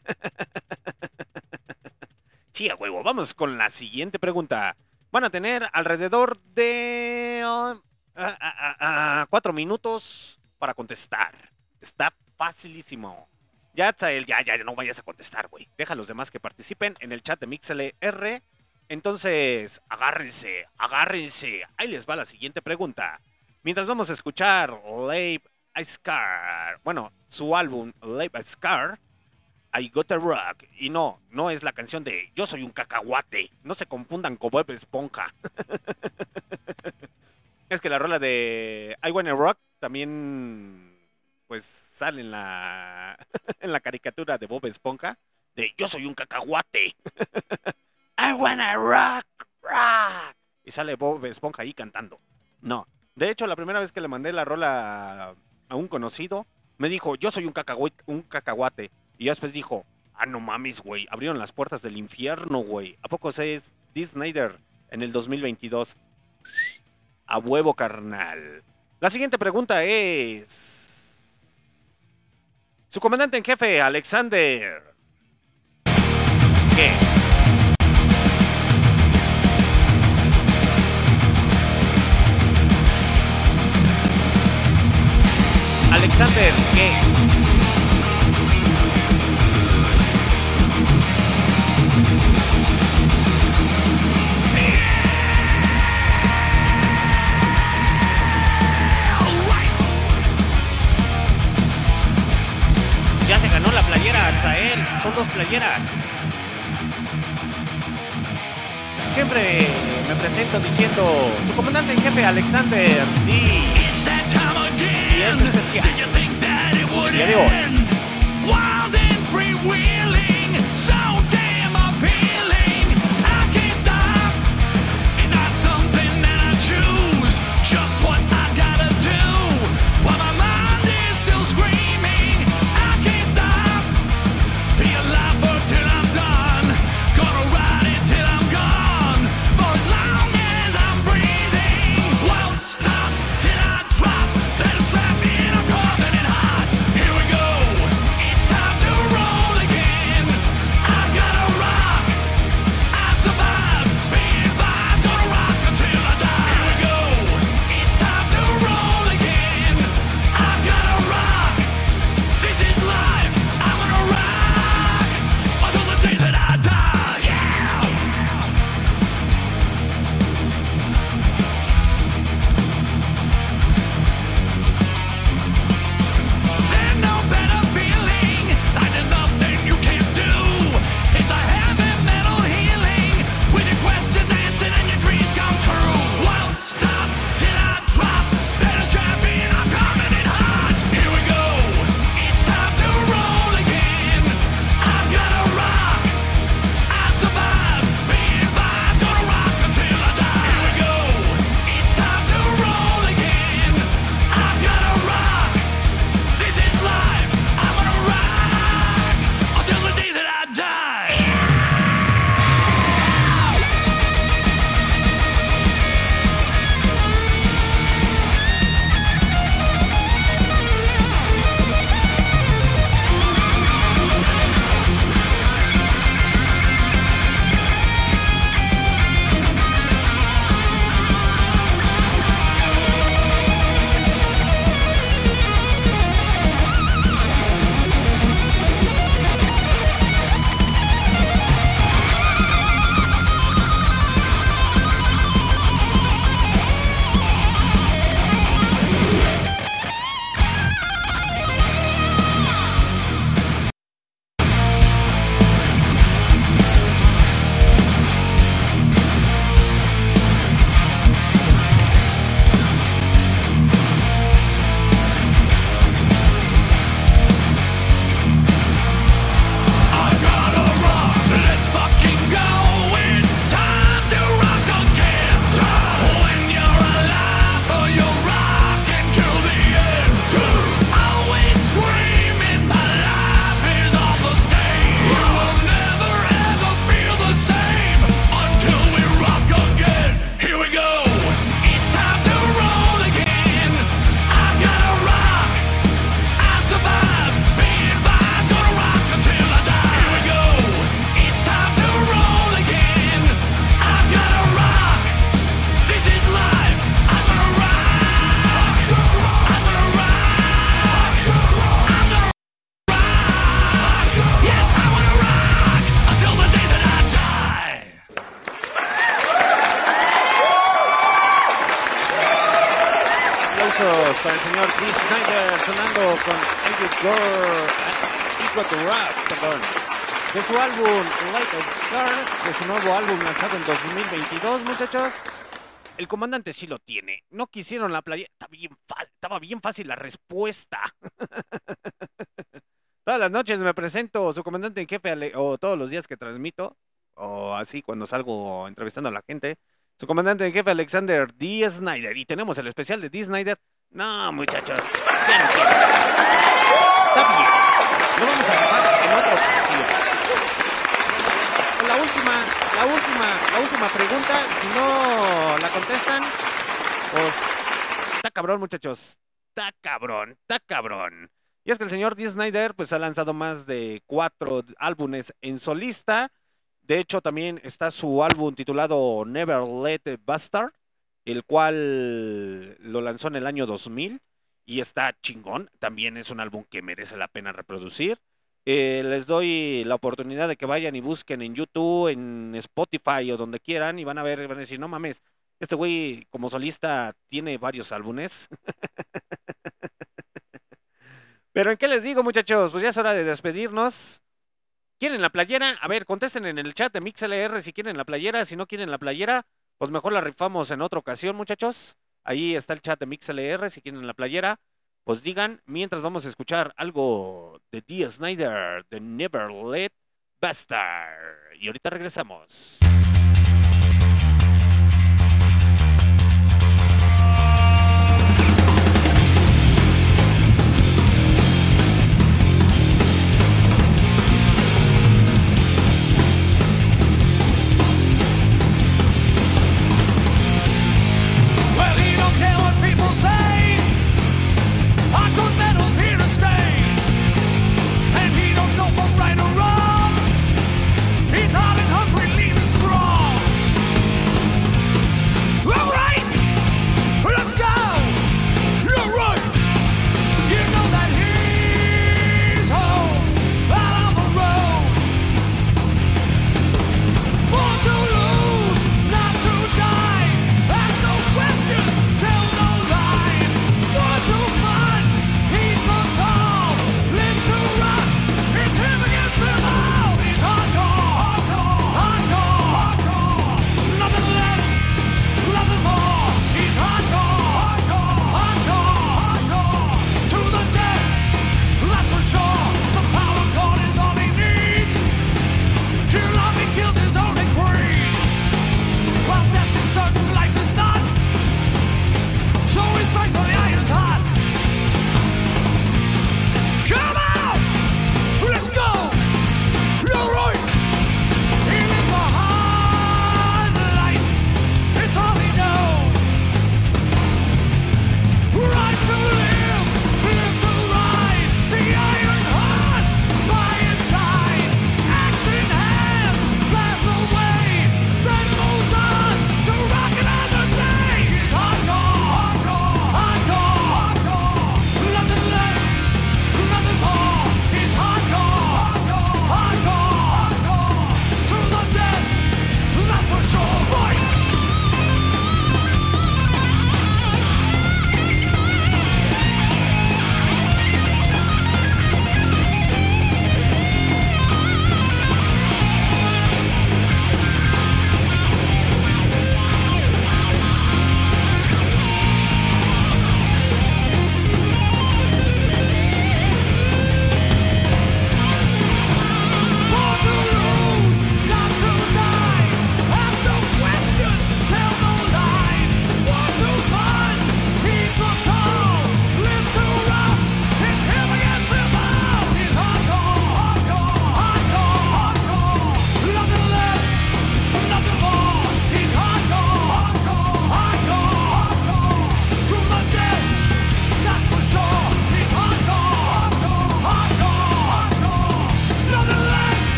Sí, a huevo. Vamos con la siguiente pregunta. Van a tener alrededor de uh, uh, uh, uh, cuatro minutos para contestar. Está facilísimo. Ya, Atzael, ya, ya, no vayas a contestar, güey. Deja a los demás que participen en el chat de MixLR. Entonces, agárrense, agárrense. Ahí les va la siguiente pregunta. Mientras vamos a escuchar Live a Scar, bueno, su álbum Live a Scar, I Got a Rock. Y no, no es la canción de Yo Soy un Cacahuate. No se confundan con Bob Esponja. Es que la rola de I Wanna Rock también, pues, sale en la, en la caricatura de Bob Esponja de Yo Soy un Cacahuate. I Wanna Rock, Rock. Y sale Bob Esponja ahí cantando. No. De hecho, la primera vez que le mandé la rola a un conocido, me dijo, yo soy un cacahuate, un cacahuate. Y ya después dijo, ah, no mames, güey, abrieron las puertas del infierno, güey. ¿A poco se es Dee Snider en el dos mil veintidós? A huevo, carnal. La siguiente pregunta es... Su comandante en jefe, Alexander. ¿Qué? Alexander, ¿qué? Ya se ganó la playera, Atzael. Son dos playeras. Siempre me presento diciendo su comandante en jefe, Alexander D. Y es especial. Ya de hoy. Here we go. It's time to roll again. aplausos para el señor Dee Snider sonando con Eddie Gore, Equal to Rock, perdón. De su álbum Light and Scar, de su nuevo álbum lanzado en dos mil veintidós, muchachos. El comandante sí lo tiene. No quisieron la playera. Estaba bien, estaba bien fácil la respuesta. Todas las noches me presento su comandante en jefe, o todos los días que transmito, o así cuando salgo entrevistando a la gente. Su comandante en jefe, Alexander Dee Snider. Y tenemos el especial de Dee Snider. No, muchachos. Ya no quiero. Está bien. Lo vamos a grabar en otra ocasión. La última, la última, la última pregunta. Si no la contestan, pues está cabrón, muchachos. Está cabrón, está cabrón. Y es que el señor Dee Snider pues ha lanzado más de cuatro álbumes en solista. De hecho, también está su álbum titulado Never Let It Bastard, el cual lo lanzó en el año dos mil y está chingón. También es un álbum que merece la pena reproducir. Eh, les doy la oportunidad de que vayan y busquen en YouTube, en Spotify o donde quieran y van a ver, van a decir, no mames, este güey como solista tiene varios álbumes. Pero ¿en qué les digo, muchachos? Pues ya es hora de despedirnos. ¿Quieren la playera? A ver, contesten en el chat de MixLR si quieren la playera. Si no quieren la playera, pues mejor la rifamos en otra ocasión, muchachos. Ahí está el chat de MixLR. Si quieren la playera, pues digan. Mientras vamos a escuchar algo de Dee Snider, de Never Let Bastard. Y ahorita regresamos. Say, our good metal's here to stay, and he don't know from right or wrong. He's hot and hungry, lean and strong.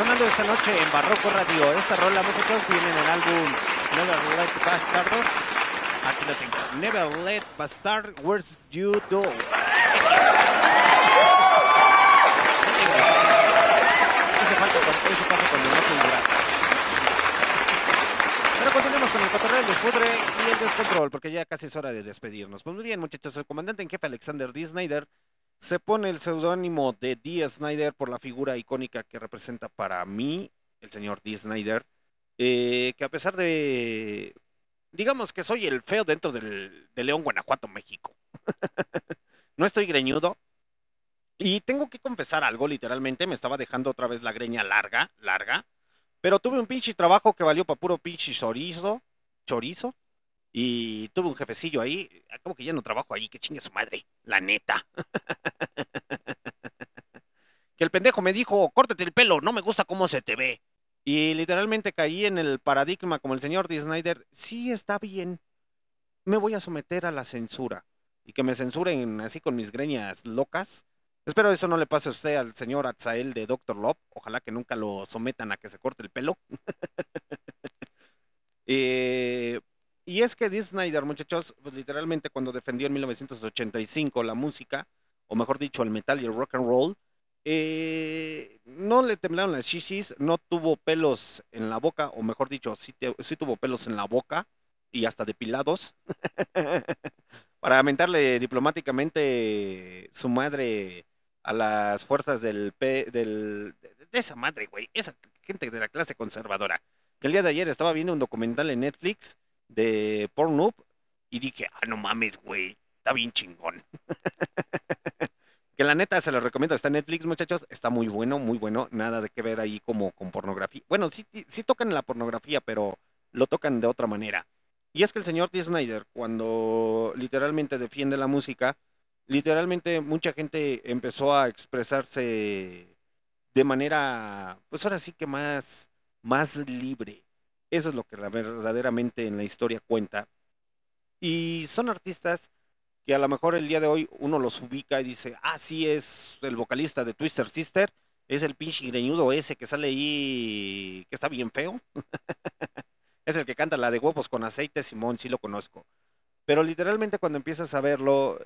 sonando esta noche en Barroco Radio. Esta rola, muchachos, viene en el álbum Never Let Bastardos. Aquí lo tengo. Never Let Bastard, Where's You Do. Eso falta, eso pasa cuando no te hidratas. Pero continuemos con el cotorreo, el despudre y el descontrol, porque ya casi es hora de despedirnos. Pues muy bien, muchachos, el comandante en jefe Alexander D. Snyder se pone el seudónimo de D. Snyder por la figura icónica que representa para mí el señor D. Snyder, eh, que a pesar de, digamos que soy el feo dentro del, de León, Guanajuato, México. No estoy greñudo. Y tengo que confesar algo, literalmente, me estaba dejando otra vez la greña larga, larga, pero tuve un pinche trabajo que valió para puro pinche chorizo, chorizo, y tuve un jefecillo ahí, como que ya no trabajo ahí, que chingue su madre, la neta. Que el pendejo me dijo, córtate el pelo, no me gusta cómo se te ve. Y literalmente caí en el paradigma como el señor D. Snyder, sí está bien, me voy a someter a la censura, y que me censuren así con mis greñas locas. Espero eso no le pase a usted al señor Atzael de doctor Love. Ojalá que nunca lo sometan a que se corte el pelo. eh, y es que Dee Snider, muchachos, pues literalmente cuando defendió en mil novecientos ochenta y cinco la música, o mejor dicho, el metal y el rock and roll, eh, no le temblaron las shishis, no tuvo pelos en la boca, o mejor dicho, sí, te, sí tuvo pelos en la boca y hasta depilados. Para mentarle diplomáticamente su madre a las fuerzas del, P, del de esa madre, güey, esa gente de la clase conservadora. Que el día de ayer estaba viendo un documental en Netflix de Pornhub y dije, ah, no mames, güey, está bien chingón. Que la neta se los recomiendo, está en Netflix, muchachos, está muy bueno, muy bueno, nada de que ver ahí como con pornografía. Bueno, sí, sí tocan la pornografía, pero lo tocan de otra manera. Y es que el señor D. Snyder, cuando literalmente defiende la música, literalmente mucha gente empezó a expresarse de manera, pues ahora sí que más, más libre. Eso es lo que verdaderamente en la historia cuenta. Y son artistas que a lo mejor el día de hoy uno los ubica y dice, ah, sí, es el vocalista de Twister Sister, es el pinche greñudo ese que sale ahí, que está bien feo. Es el que canta la de huevos con aceite, Simón, sí lo conozco. Pero literalmente cuando empiezas a verlo,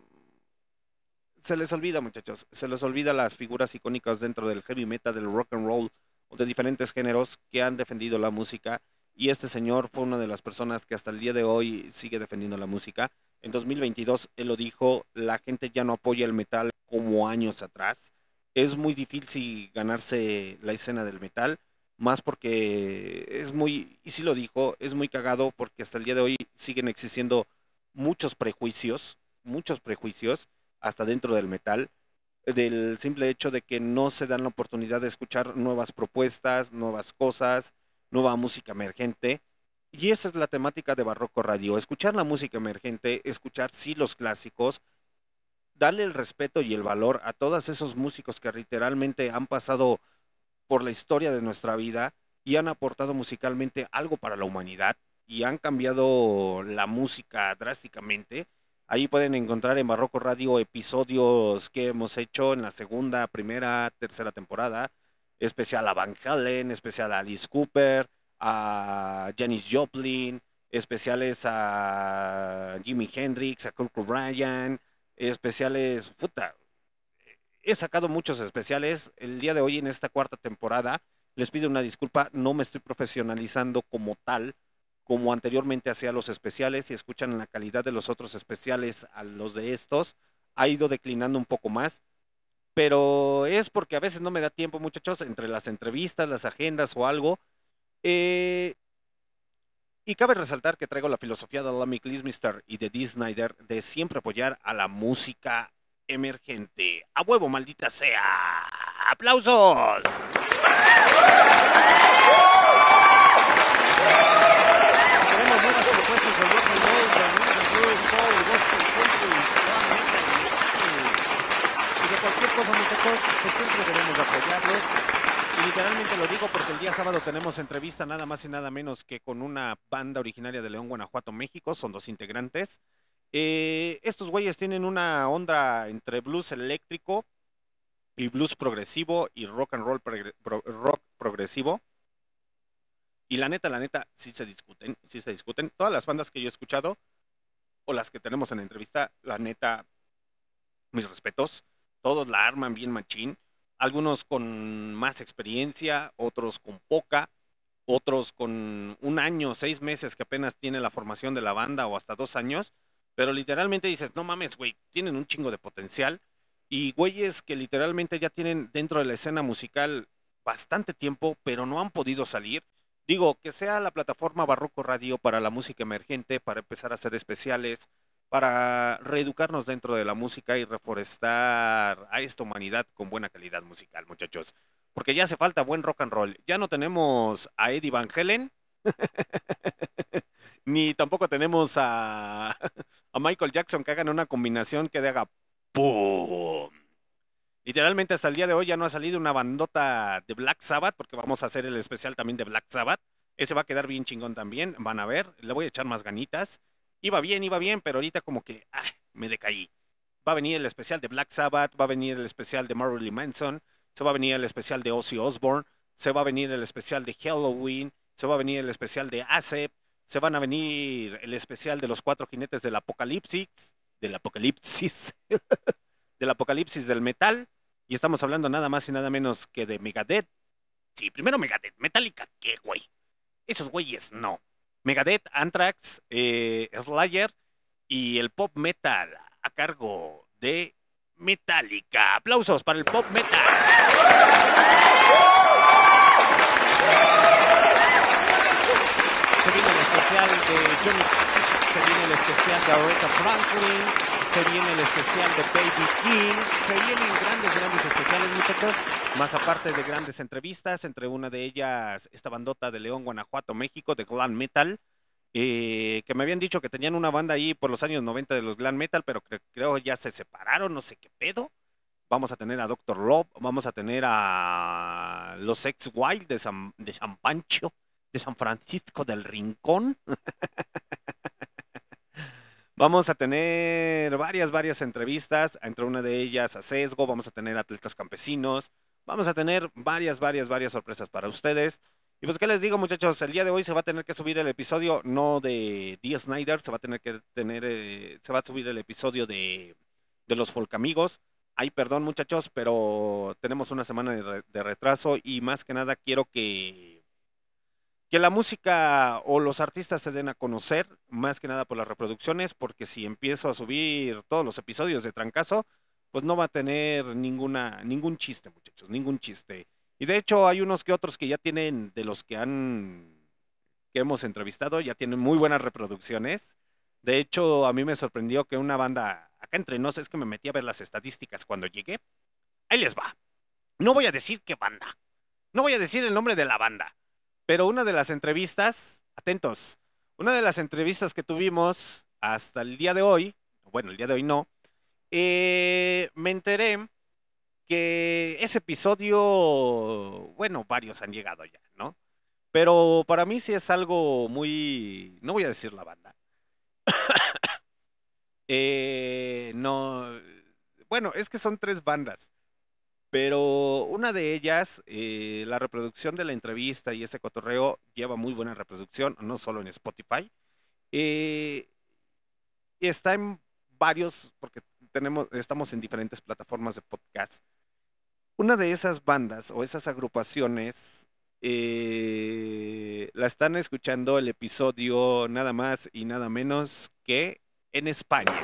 se les olvida, muchachos, se les olvida las figuras icónicas dentro del heavy metal, del rock and roll, o de diferentes géneros que han defendido la música. Y este señor fue una de las personas que hasta el día de hoy sigue defendiendo la música. En dos mil veintidós, él lo dijo, la gente ya no apoya el metal como años atrás. Es muy difícil ganarse la escena del metal. Más porque es muy, y sí lo dijo, es muy cagado porque hasta el día de hoy siguen existiendo muchos prejuicios, muchos prejuicios, hasta dentro del metal, del simple hecho de que no se dan la oportunidad de escuchar nuevas propuestas, nuevas cosas, nueva música emergente. Y esa es la temática de Barroco Radio, escuchar la música emergente, escuchar sí los clásicos, darle el respeto y el valor a todos esos músicos que literalmente han pasado por la historia de nuestra vida y han aportado musicalmente algo para la humanidad y han cambiado la música drásticamente. Ahí pueden encontrar en Barroco Radio episodios que hemos hecho en la segunda, primera, tercera temporada, especial a Van Halen, especial a Alice Cooper, a Janis Joplin, especiales a Jimi Hendrix, a Kurt Cobain, especiales, puta, he sacado muchos especiales. El día de hoy en esta cuarta temporada les pido una disculpa, no me estoy profesionalizando como tal, como anteriormente hacía los especiales. Si escuchan la calidad de los otros especiales a los de estos, ha ido declinando un poco más, pero es porque a veces no me da tiempo, muchachos, entre las entrevistas, las agendas o algo. Eh, y cabe resaltar que traigo la filosofía de Lemmy Kilmister y de Dee Snider de siempre apoyar a la música emergente. ¡A huevo, maldita sea! ¡Aplausos! Si queremos nuevas propuestas de rock and roll, de rhythm and blues, soul, gospel, country, rock, metal, metal, y de cualquier cosa, muchachos, pues siempre debemos apoyarlos. Y literalmente lo digo porque el día sábado tenemos entrevista nada más y nada menos que con una banda originaria de León, Guanajuato, México. Son dos integrantes. Eh, estos güeyes tienen una onda entre blues eléctrico y blues progresivo y rock and roll, pro, rock progresivo. Y la neta, la neta, sí se discuten, sí se discuten. Todas las bandas que yo he escuchado, o las que tenemos en la entrevista, la neta, mis respetos, todos la arman bien machín. Algunos con más experiencia, otros con poca, otros con un año, seis meses que apenas tiene la formación de la banda o hasta dos años, pero literalmente dices, no mames, güey, tienen un chingo de potencial y güeyes que literalmente ya tienen dentro de la escena musical bastante tiempo, pero no han podido salir. Digo, que sea la plataforma Barroco Radio para la música emergente, para empezar a hacer especiales, para reeducarnos dentro de la música y reforestar a esta humanidad con buena calidad musical, muchachos. Porque ya hace falta buen rock and roll. Ya no tenemos a Eddie Van Halen, ni tampoco tenemos a, a Michael Jackson que hagan una combinación que haga ¡pum! Literalmente hasta el día de hoy ya no ha salido una bandota de Black Sabbath, porque vamos a hacer el especial también de Black Sabbath. Ese va a quedar bien chingón también, van a ver, le voy a echar más ganitas. Iba bien, iba bien, pero ahorita como que ah, me decaí. Va a venir el especial de Black Sabbath, va a venir el especial de Marilyn Manson, se va a venir el especial de Ozzy Osbourne, se va a venir el especial de Halloween, se va a venir el especial de Acep, se van a venir el especial de los cuatro jinetes del apocalipsis, del apocalipsis, del apocalipsis del metal, y estamos hablando nada más y nada menos que de Megadeth. Sí, primero Megadeth, Metallica, ¿qué, güey? Esos güeyes no. Megadeth, Anthrax, eh, Slayer y el pop metal a cargo de Metallica. Aplausos para el pop metal. Se viene el especial de Johnny Cash, se viene el especial de Aretha Franklin, se viene el especial de Baby King, se vienen grandes, grandes especiales, muchachos, más aparte de grandes entrevistas, entre una de ellas esta bandota de León, Guanajuato, México, de Glam Metal, eh, que me habían dicho que tenían una banda ahí por los años noventa de los Glam Metal, pero cre creo ya se separaron, no sé qué pedo. Vamos a tener a Doctor Love, vamos a tener a los Ex Wild de San, de San Pancho, de San Francisco del Rincón. Vamos a tener varias, varias entrevistas, entre una de ellas a Sesgo, vamos a tener atletas campesinos, vamos a tener varias, varias, varias sorpresas para ustedes. Y pues, ¿qué les digo, muchachos? El día de hoy se va a tener que subir el episodio, no de Dee Snider, se va a tener que tener, eh, se va a subir el episodio de, de los Folcamigos. Ay, perdón, muchachos, pero tenemos una semana de, re de retraso y más que nada quiero que... que la música o los artistas se den a conocer, más que nada por las reproducciones, porque si empiezo a subir todos los episodios de trancazo, pues no va a tener ninguna, ningún chiste, muchachos, ningún chiste. Y de hecho hay unos que otros que ya tienen, de los que han, que hemos entrevistado, ya tienen muy buenas reproducciones. De hecho, a mí me sorprendió que una banda, acá entre nos, es que me metí a ver las estadísticas cuando llegué. Ahí les va. No voy a decir qué banda, no voy a decir el nombre de la banda, pero una de las entrevistas, atentos, una de las entrevistas que tuvimos hasta el día de hoy, bueno, el día de hoy no, eh, me enteré que ese episodio, bueno, varios han llegado ya, ¿no? Pero para mí sí es algo muy, no voy a decir la banda. eh, no, bueno, es que son tres bandas. Pero una de ellas, eh, la reproducción de la entrevista y ese cotorreo lleva muy buena reproducción, no solo en Spotify. Eh, está en varios, porque tenemos, estamos en diferentes plataformas de podcast. Una de esas bandas o esas agrupaciones eh, la están escuchando el episodio nada más y nada menos que en España.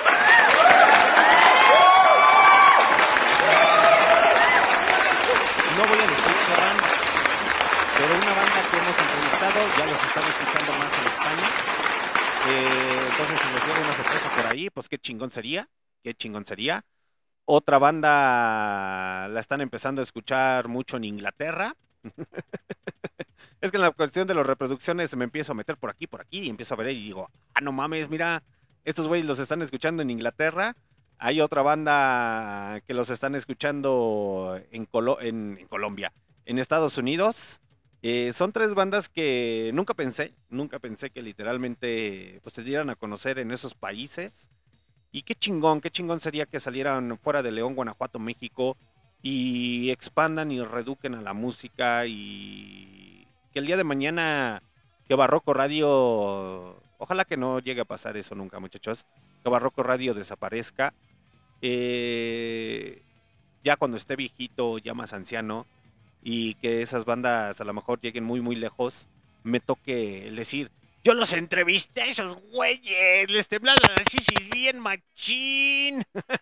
No voy a decir qué banda, pero una banda que hemos entrevistado ya los están escuchando más en España. Eh, entonces, si les diera una sorpresa por ahí, pues qué chingón sería, qué chingón sería. Otra banda la están empezando a escuchar mucho en Inglaterra. Es que en la cuestión de las reproducciones me empiezo a meter por aquí, por aquí, y empiezo a ver y digo, ah, no mames, mira, estos güeyes los están escuchando en Inglaterra. Hay otra banda que los están escuchando en, Colo en, en Colombia, en Estados Unidos. Eh, son tres bandas que nunca pensé, nunca pensé que literalmente pues, se dieran a conocer en esos países. Y qué chingón, qué chingón sería que salieran fuera de León, Guanajuato, México, y expandan y reduquen a la música, y que el día de mañana que Barroco Radio, ojalá que no llegue a pasar eso nunca, muchachos, que Barroco Radio desaparezca, eh, ya cuando esté viejito, ya más anciano, y que esas bandas a lo mejor lleguen muy muy lejos, me toque decir, yo los entrevisté a esos güeyes, les temblaban las chichis bien machín.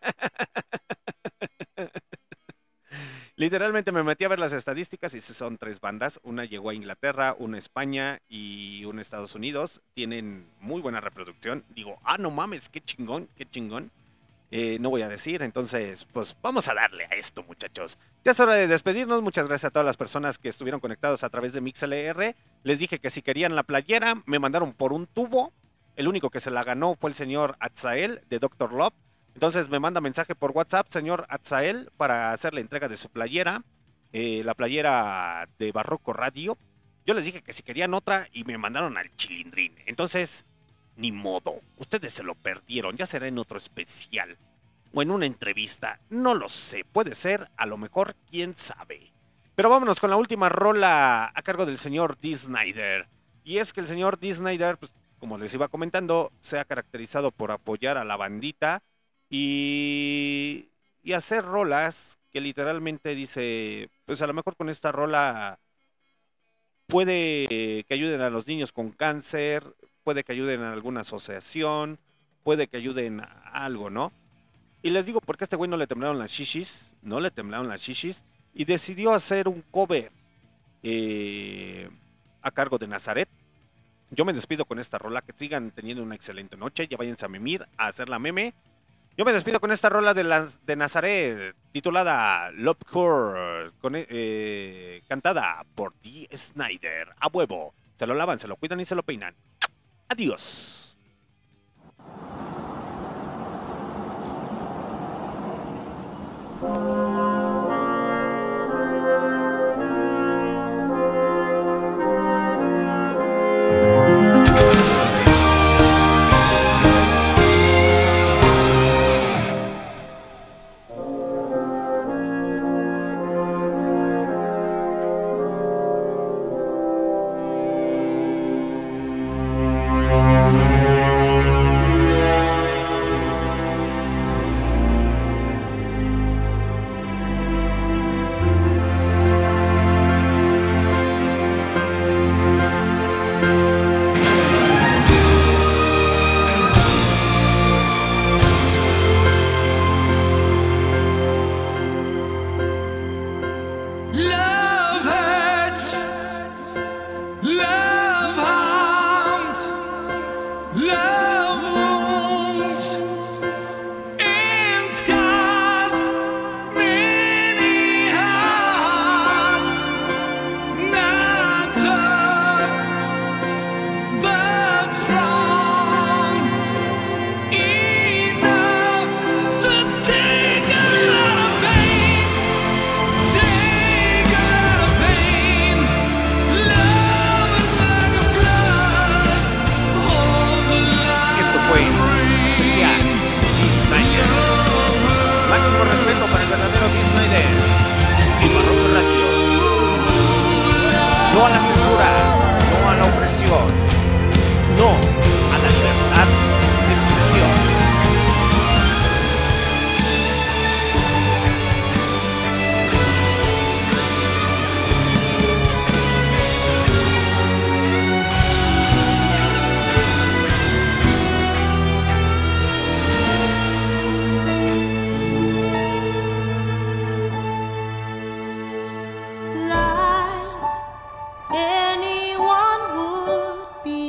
Literalmente me metí a ver las estadísticas y son tres bandas. Una llegó a Inglaterra, una a España y una a Estados Unidos. Tienen muy buena reproducción. Digo, ah, no mames, qué chingón, qué chingón. Eh, no voy a decir, entonces, pues vamos a darle a esto, muchachos. Ya es hora de despedirnos. Muchas gracias a todas las personas que estuvieron conectados a través de MixLR. Les dije que si querían la playera, me mandaron por un tubo. El único que se la ganó fue el señor Atzael de doctor Love. Entonces me manda mensaje por WhatsApp, señor Atzael, para hacer la entrega de su playera, eh, la playera de Barroco Radio. Yo les dije que si querían otra y me mandaron al chilindrín. Entonces, ni modo, ustedes se lo perdieron, ya será en otro especial o en una entrevista, no lo sé, puede ser, a lo mejor, quién sabe. Pero vámonos con la última rola a cargo del señor Dee Snider. Y es que el señor Dee Snider, pues, como les iba comentando, se ha caracterizado por apoyar a la bandita y, y hacer rolas que literalmente dice, pues a lo mejor con esta rola puede que ayuden a los niños con cáncer, puede que ayuden a alguna asociación, puede que ayuden a algo, ¿no? Y les digo porque a este güey no le temblaron las shishis, no le temblaron las shishis, y decidió hacer un cover eh, a cargo de Nazaret. Yo me despido con esta rola, que sigan teniendo una excelente noche, ya váyanse a mimir, a hacer la meme. Yo me despido con esta rola de, la, de Nazaret, titulada Love Core, con, eh, cantada por Dee Snider. A huevo, se lo lavan, se lo cuidan y se lo peinan. Adiós. Love hurts, love harms, love wounds, and scars many hearts, not tough but strong enough to take a lot of pain. Take a lot of pain. Love is like a flood, holds a lot Esto fue especial Dee Snider. Máximo respeto para el verdadero Dee Snider y Barroco Radio. No a la censura, no a la opresión, no a la libertad de expresión. Like anyone would be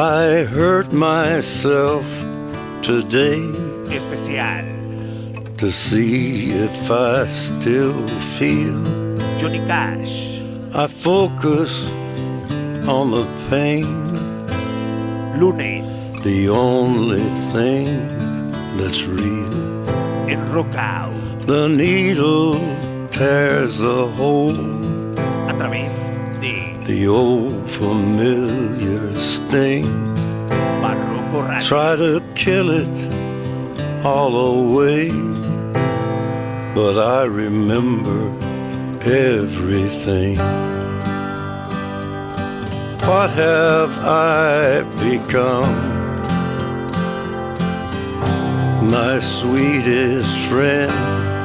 I hurt myself today Especial. to see if I still feel. Johnny Cash. I focus on the pain, Lunes. the only thing that's real. En Rock Out. The needle tears a hole, A través de the old familiar sting. Barroco Radio. Try to kill it all away, but I remember everything. What have I become? My sweetest friend.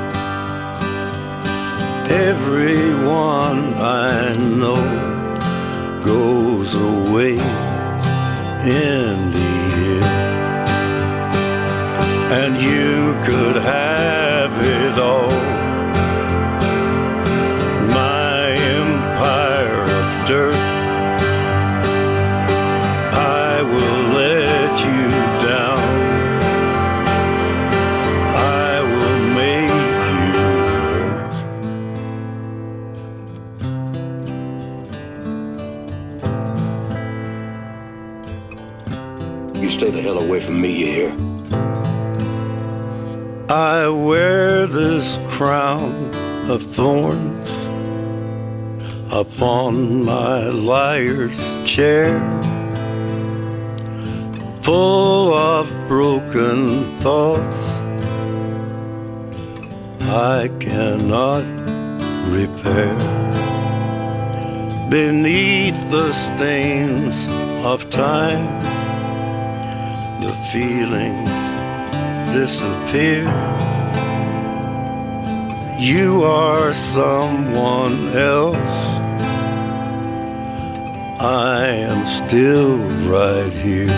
Everyone I know goes away in the end, and you could have it all. My empire of dirt, I will let you down. I will make you hurt. You stay the hell away from me, you hear? I wear this crown of thorns upon my liar's chair, full of broken thoughts I cannot repair. Beneath the stains of time, the feelings disappear. You are someone else. I am still right here.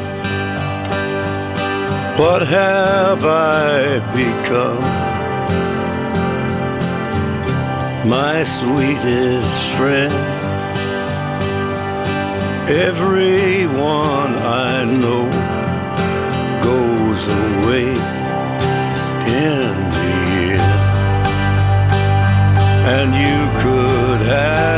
What have I become? My sweetest friend. Everyone I know goes away in the end, and you could have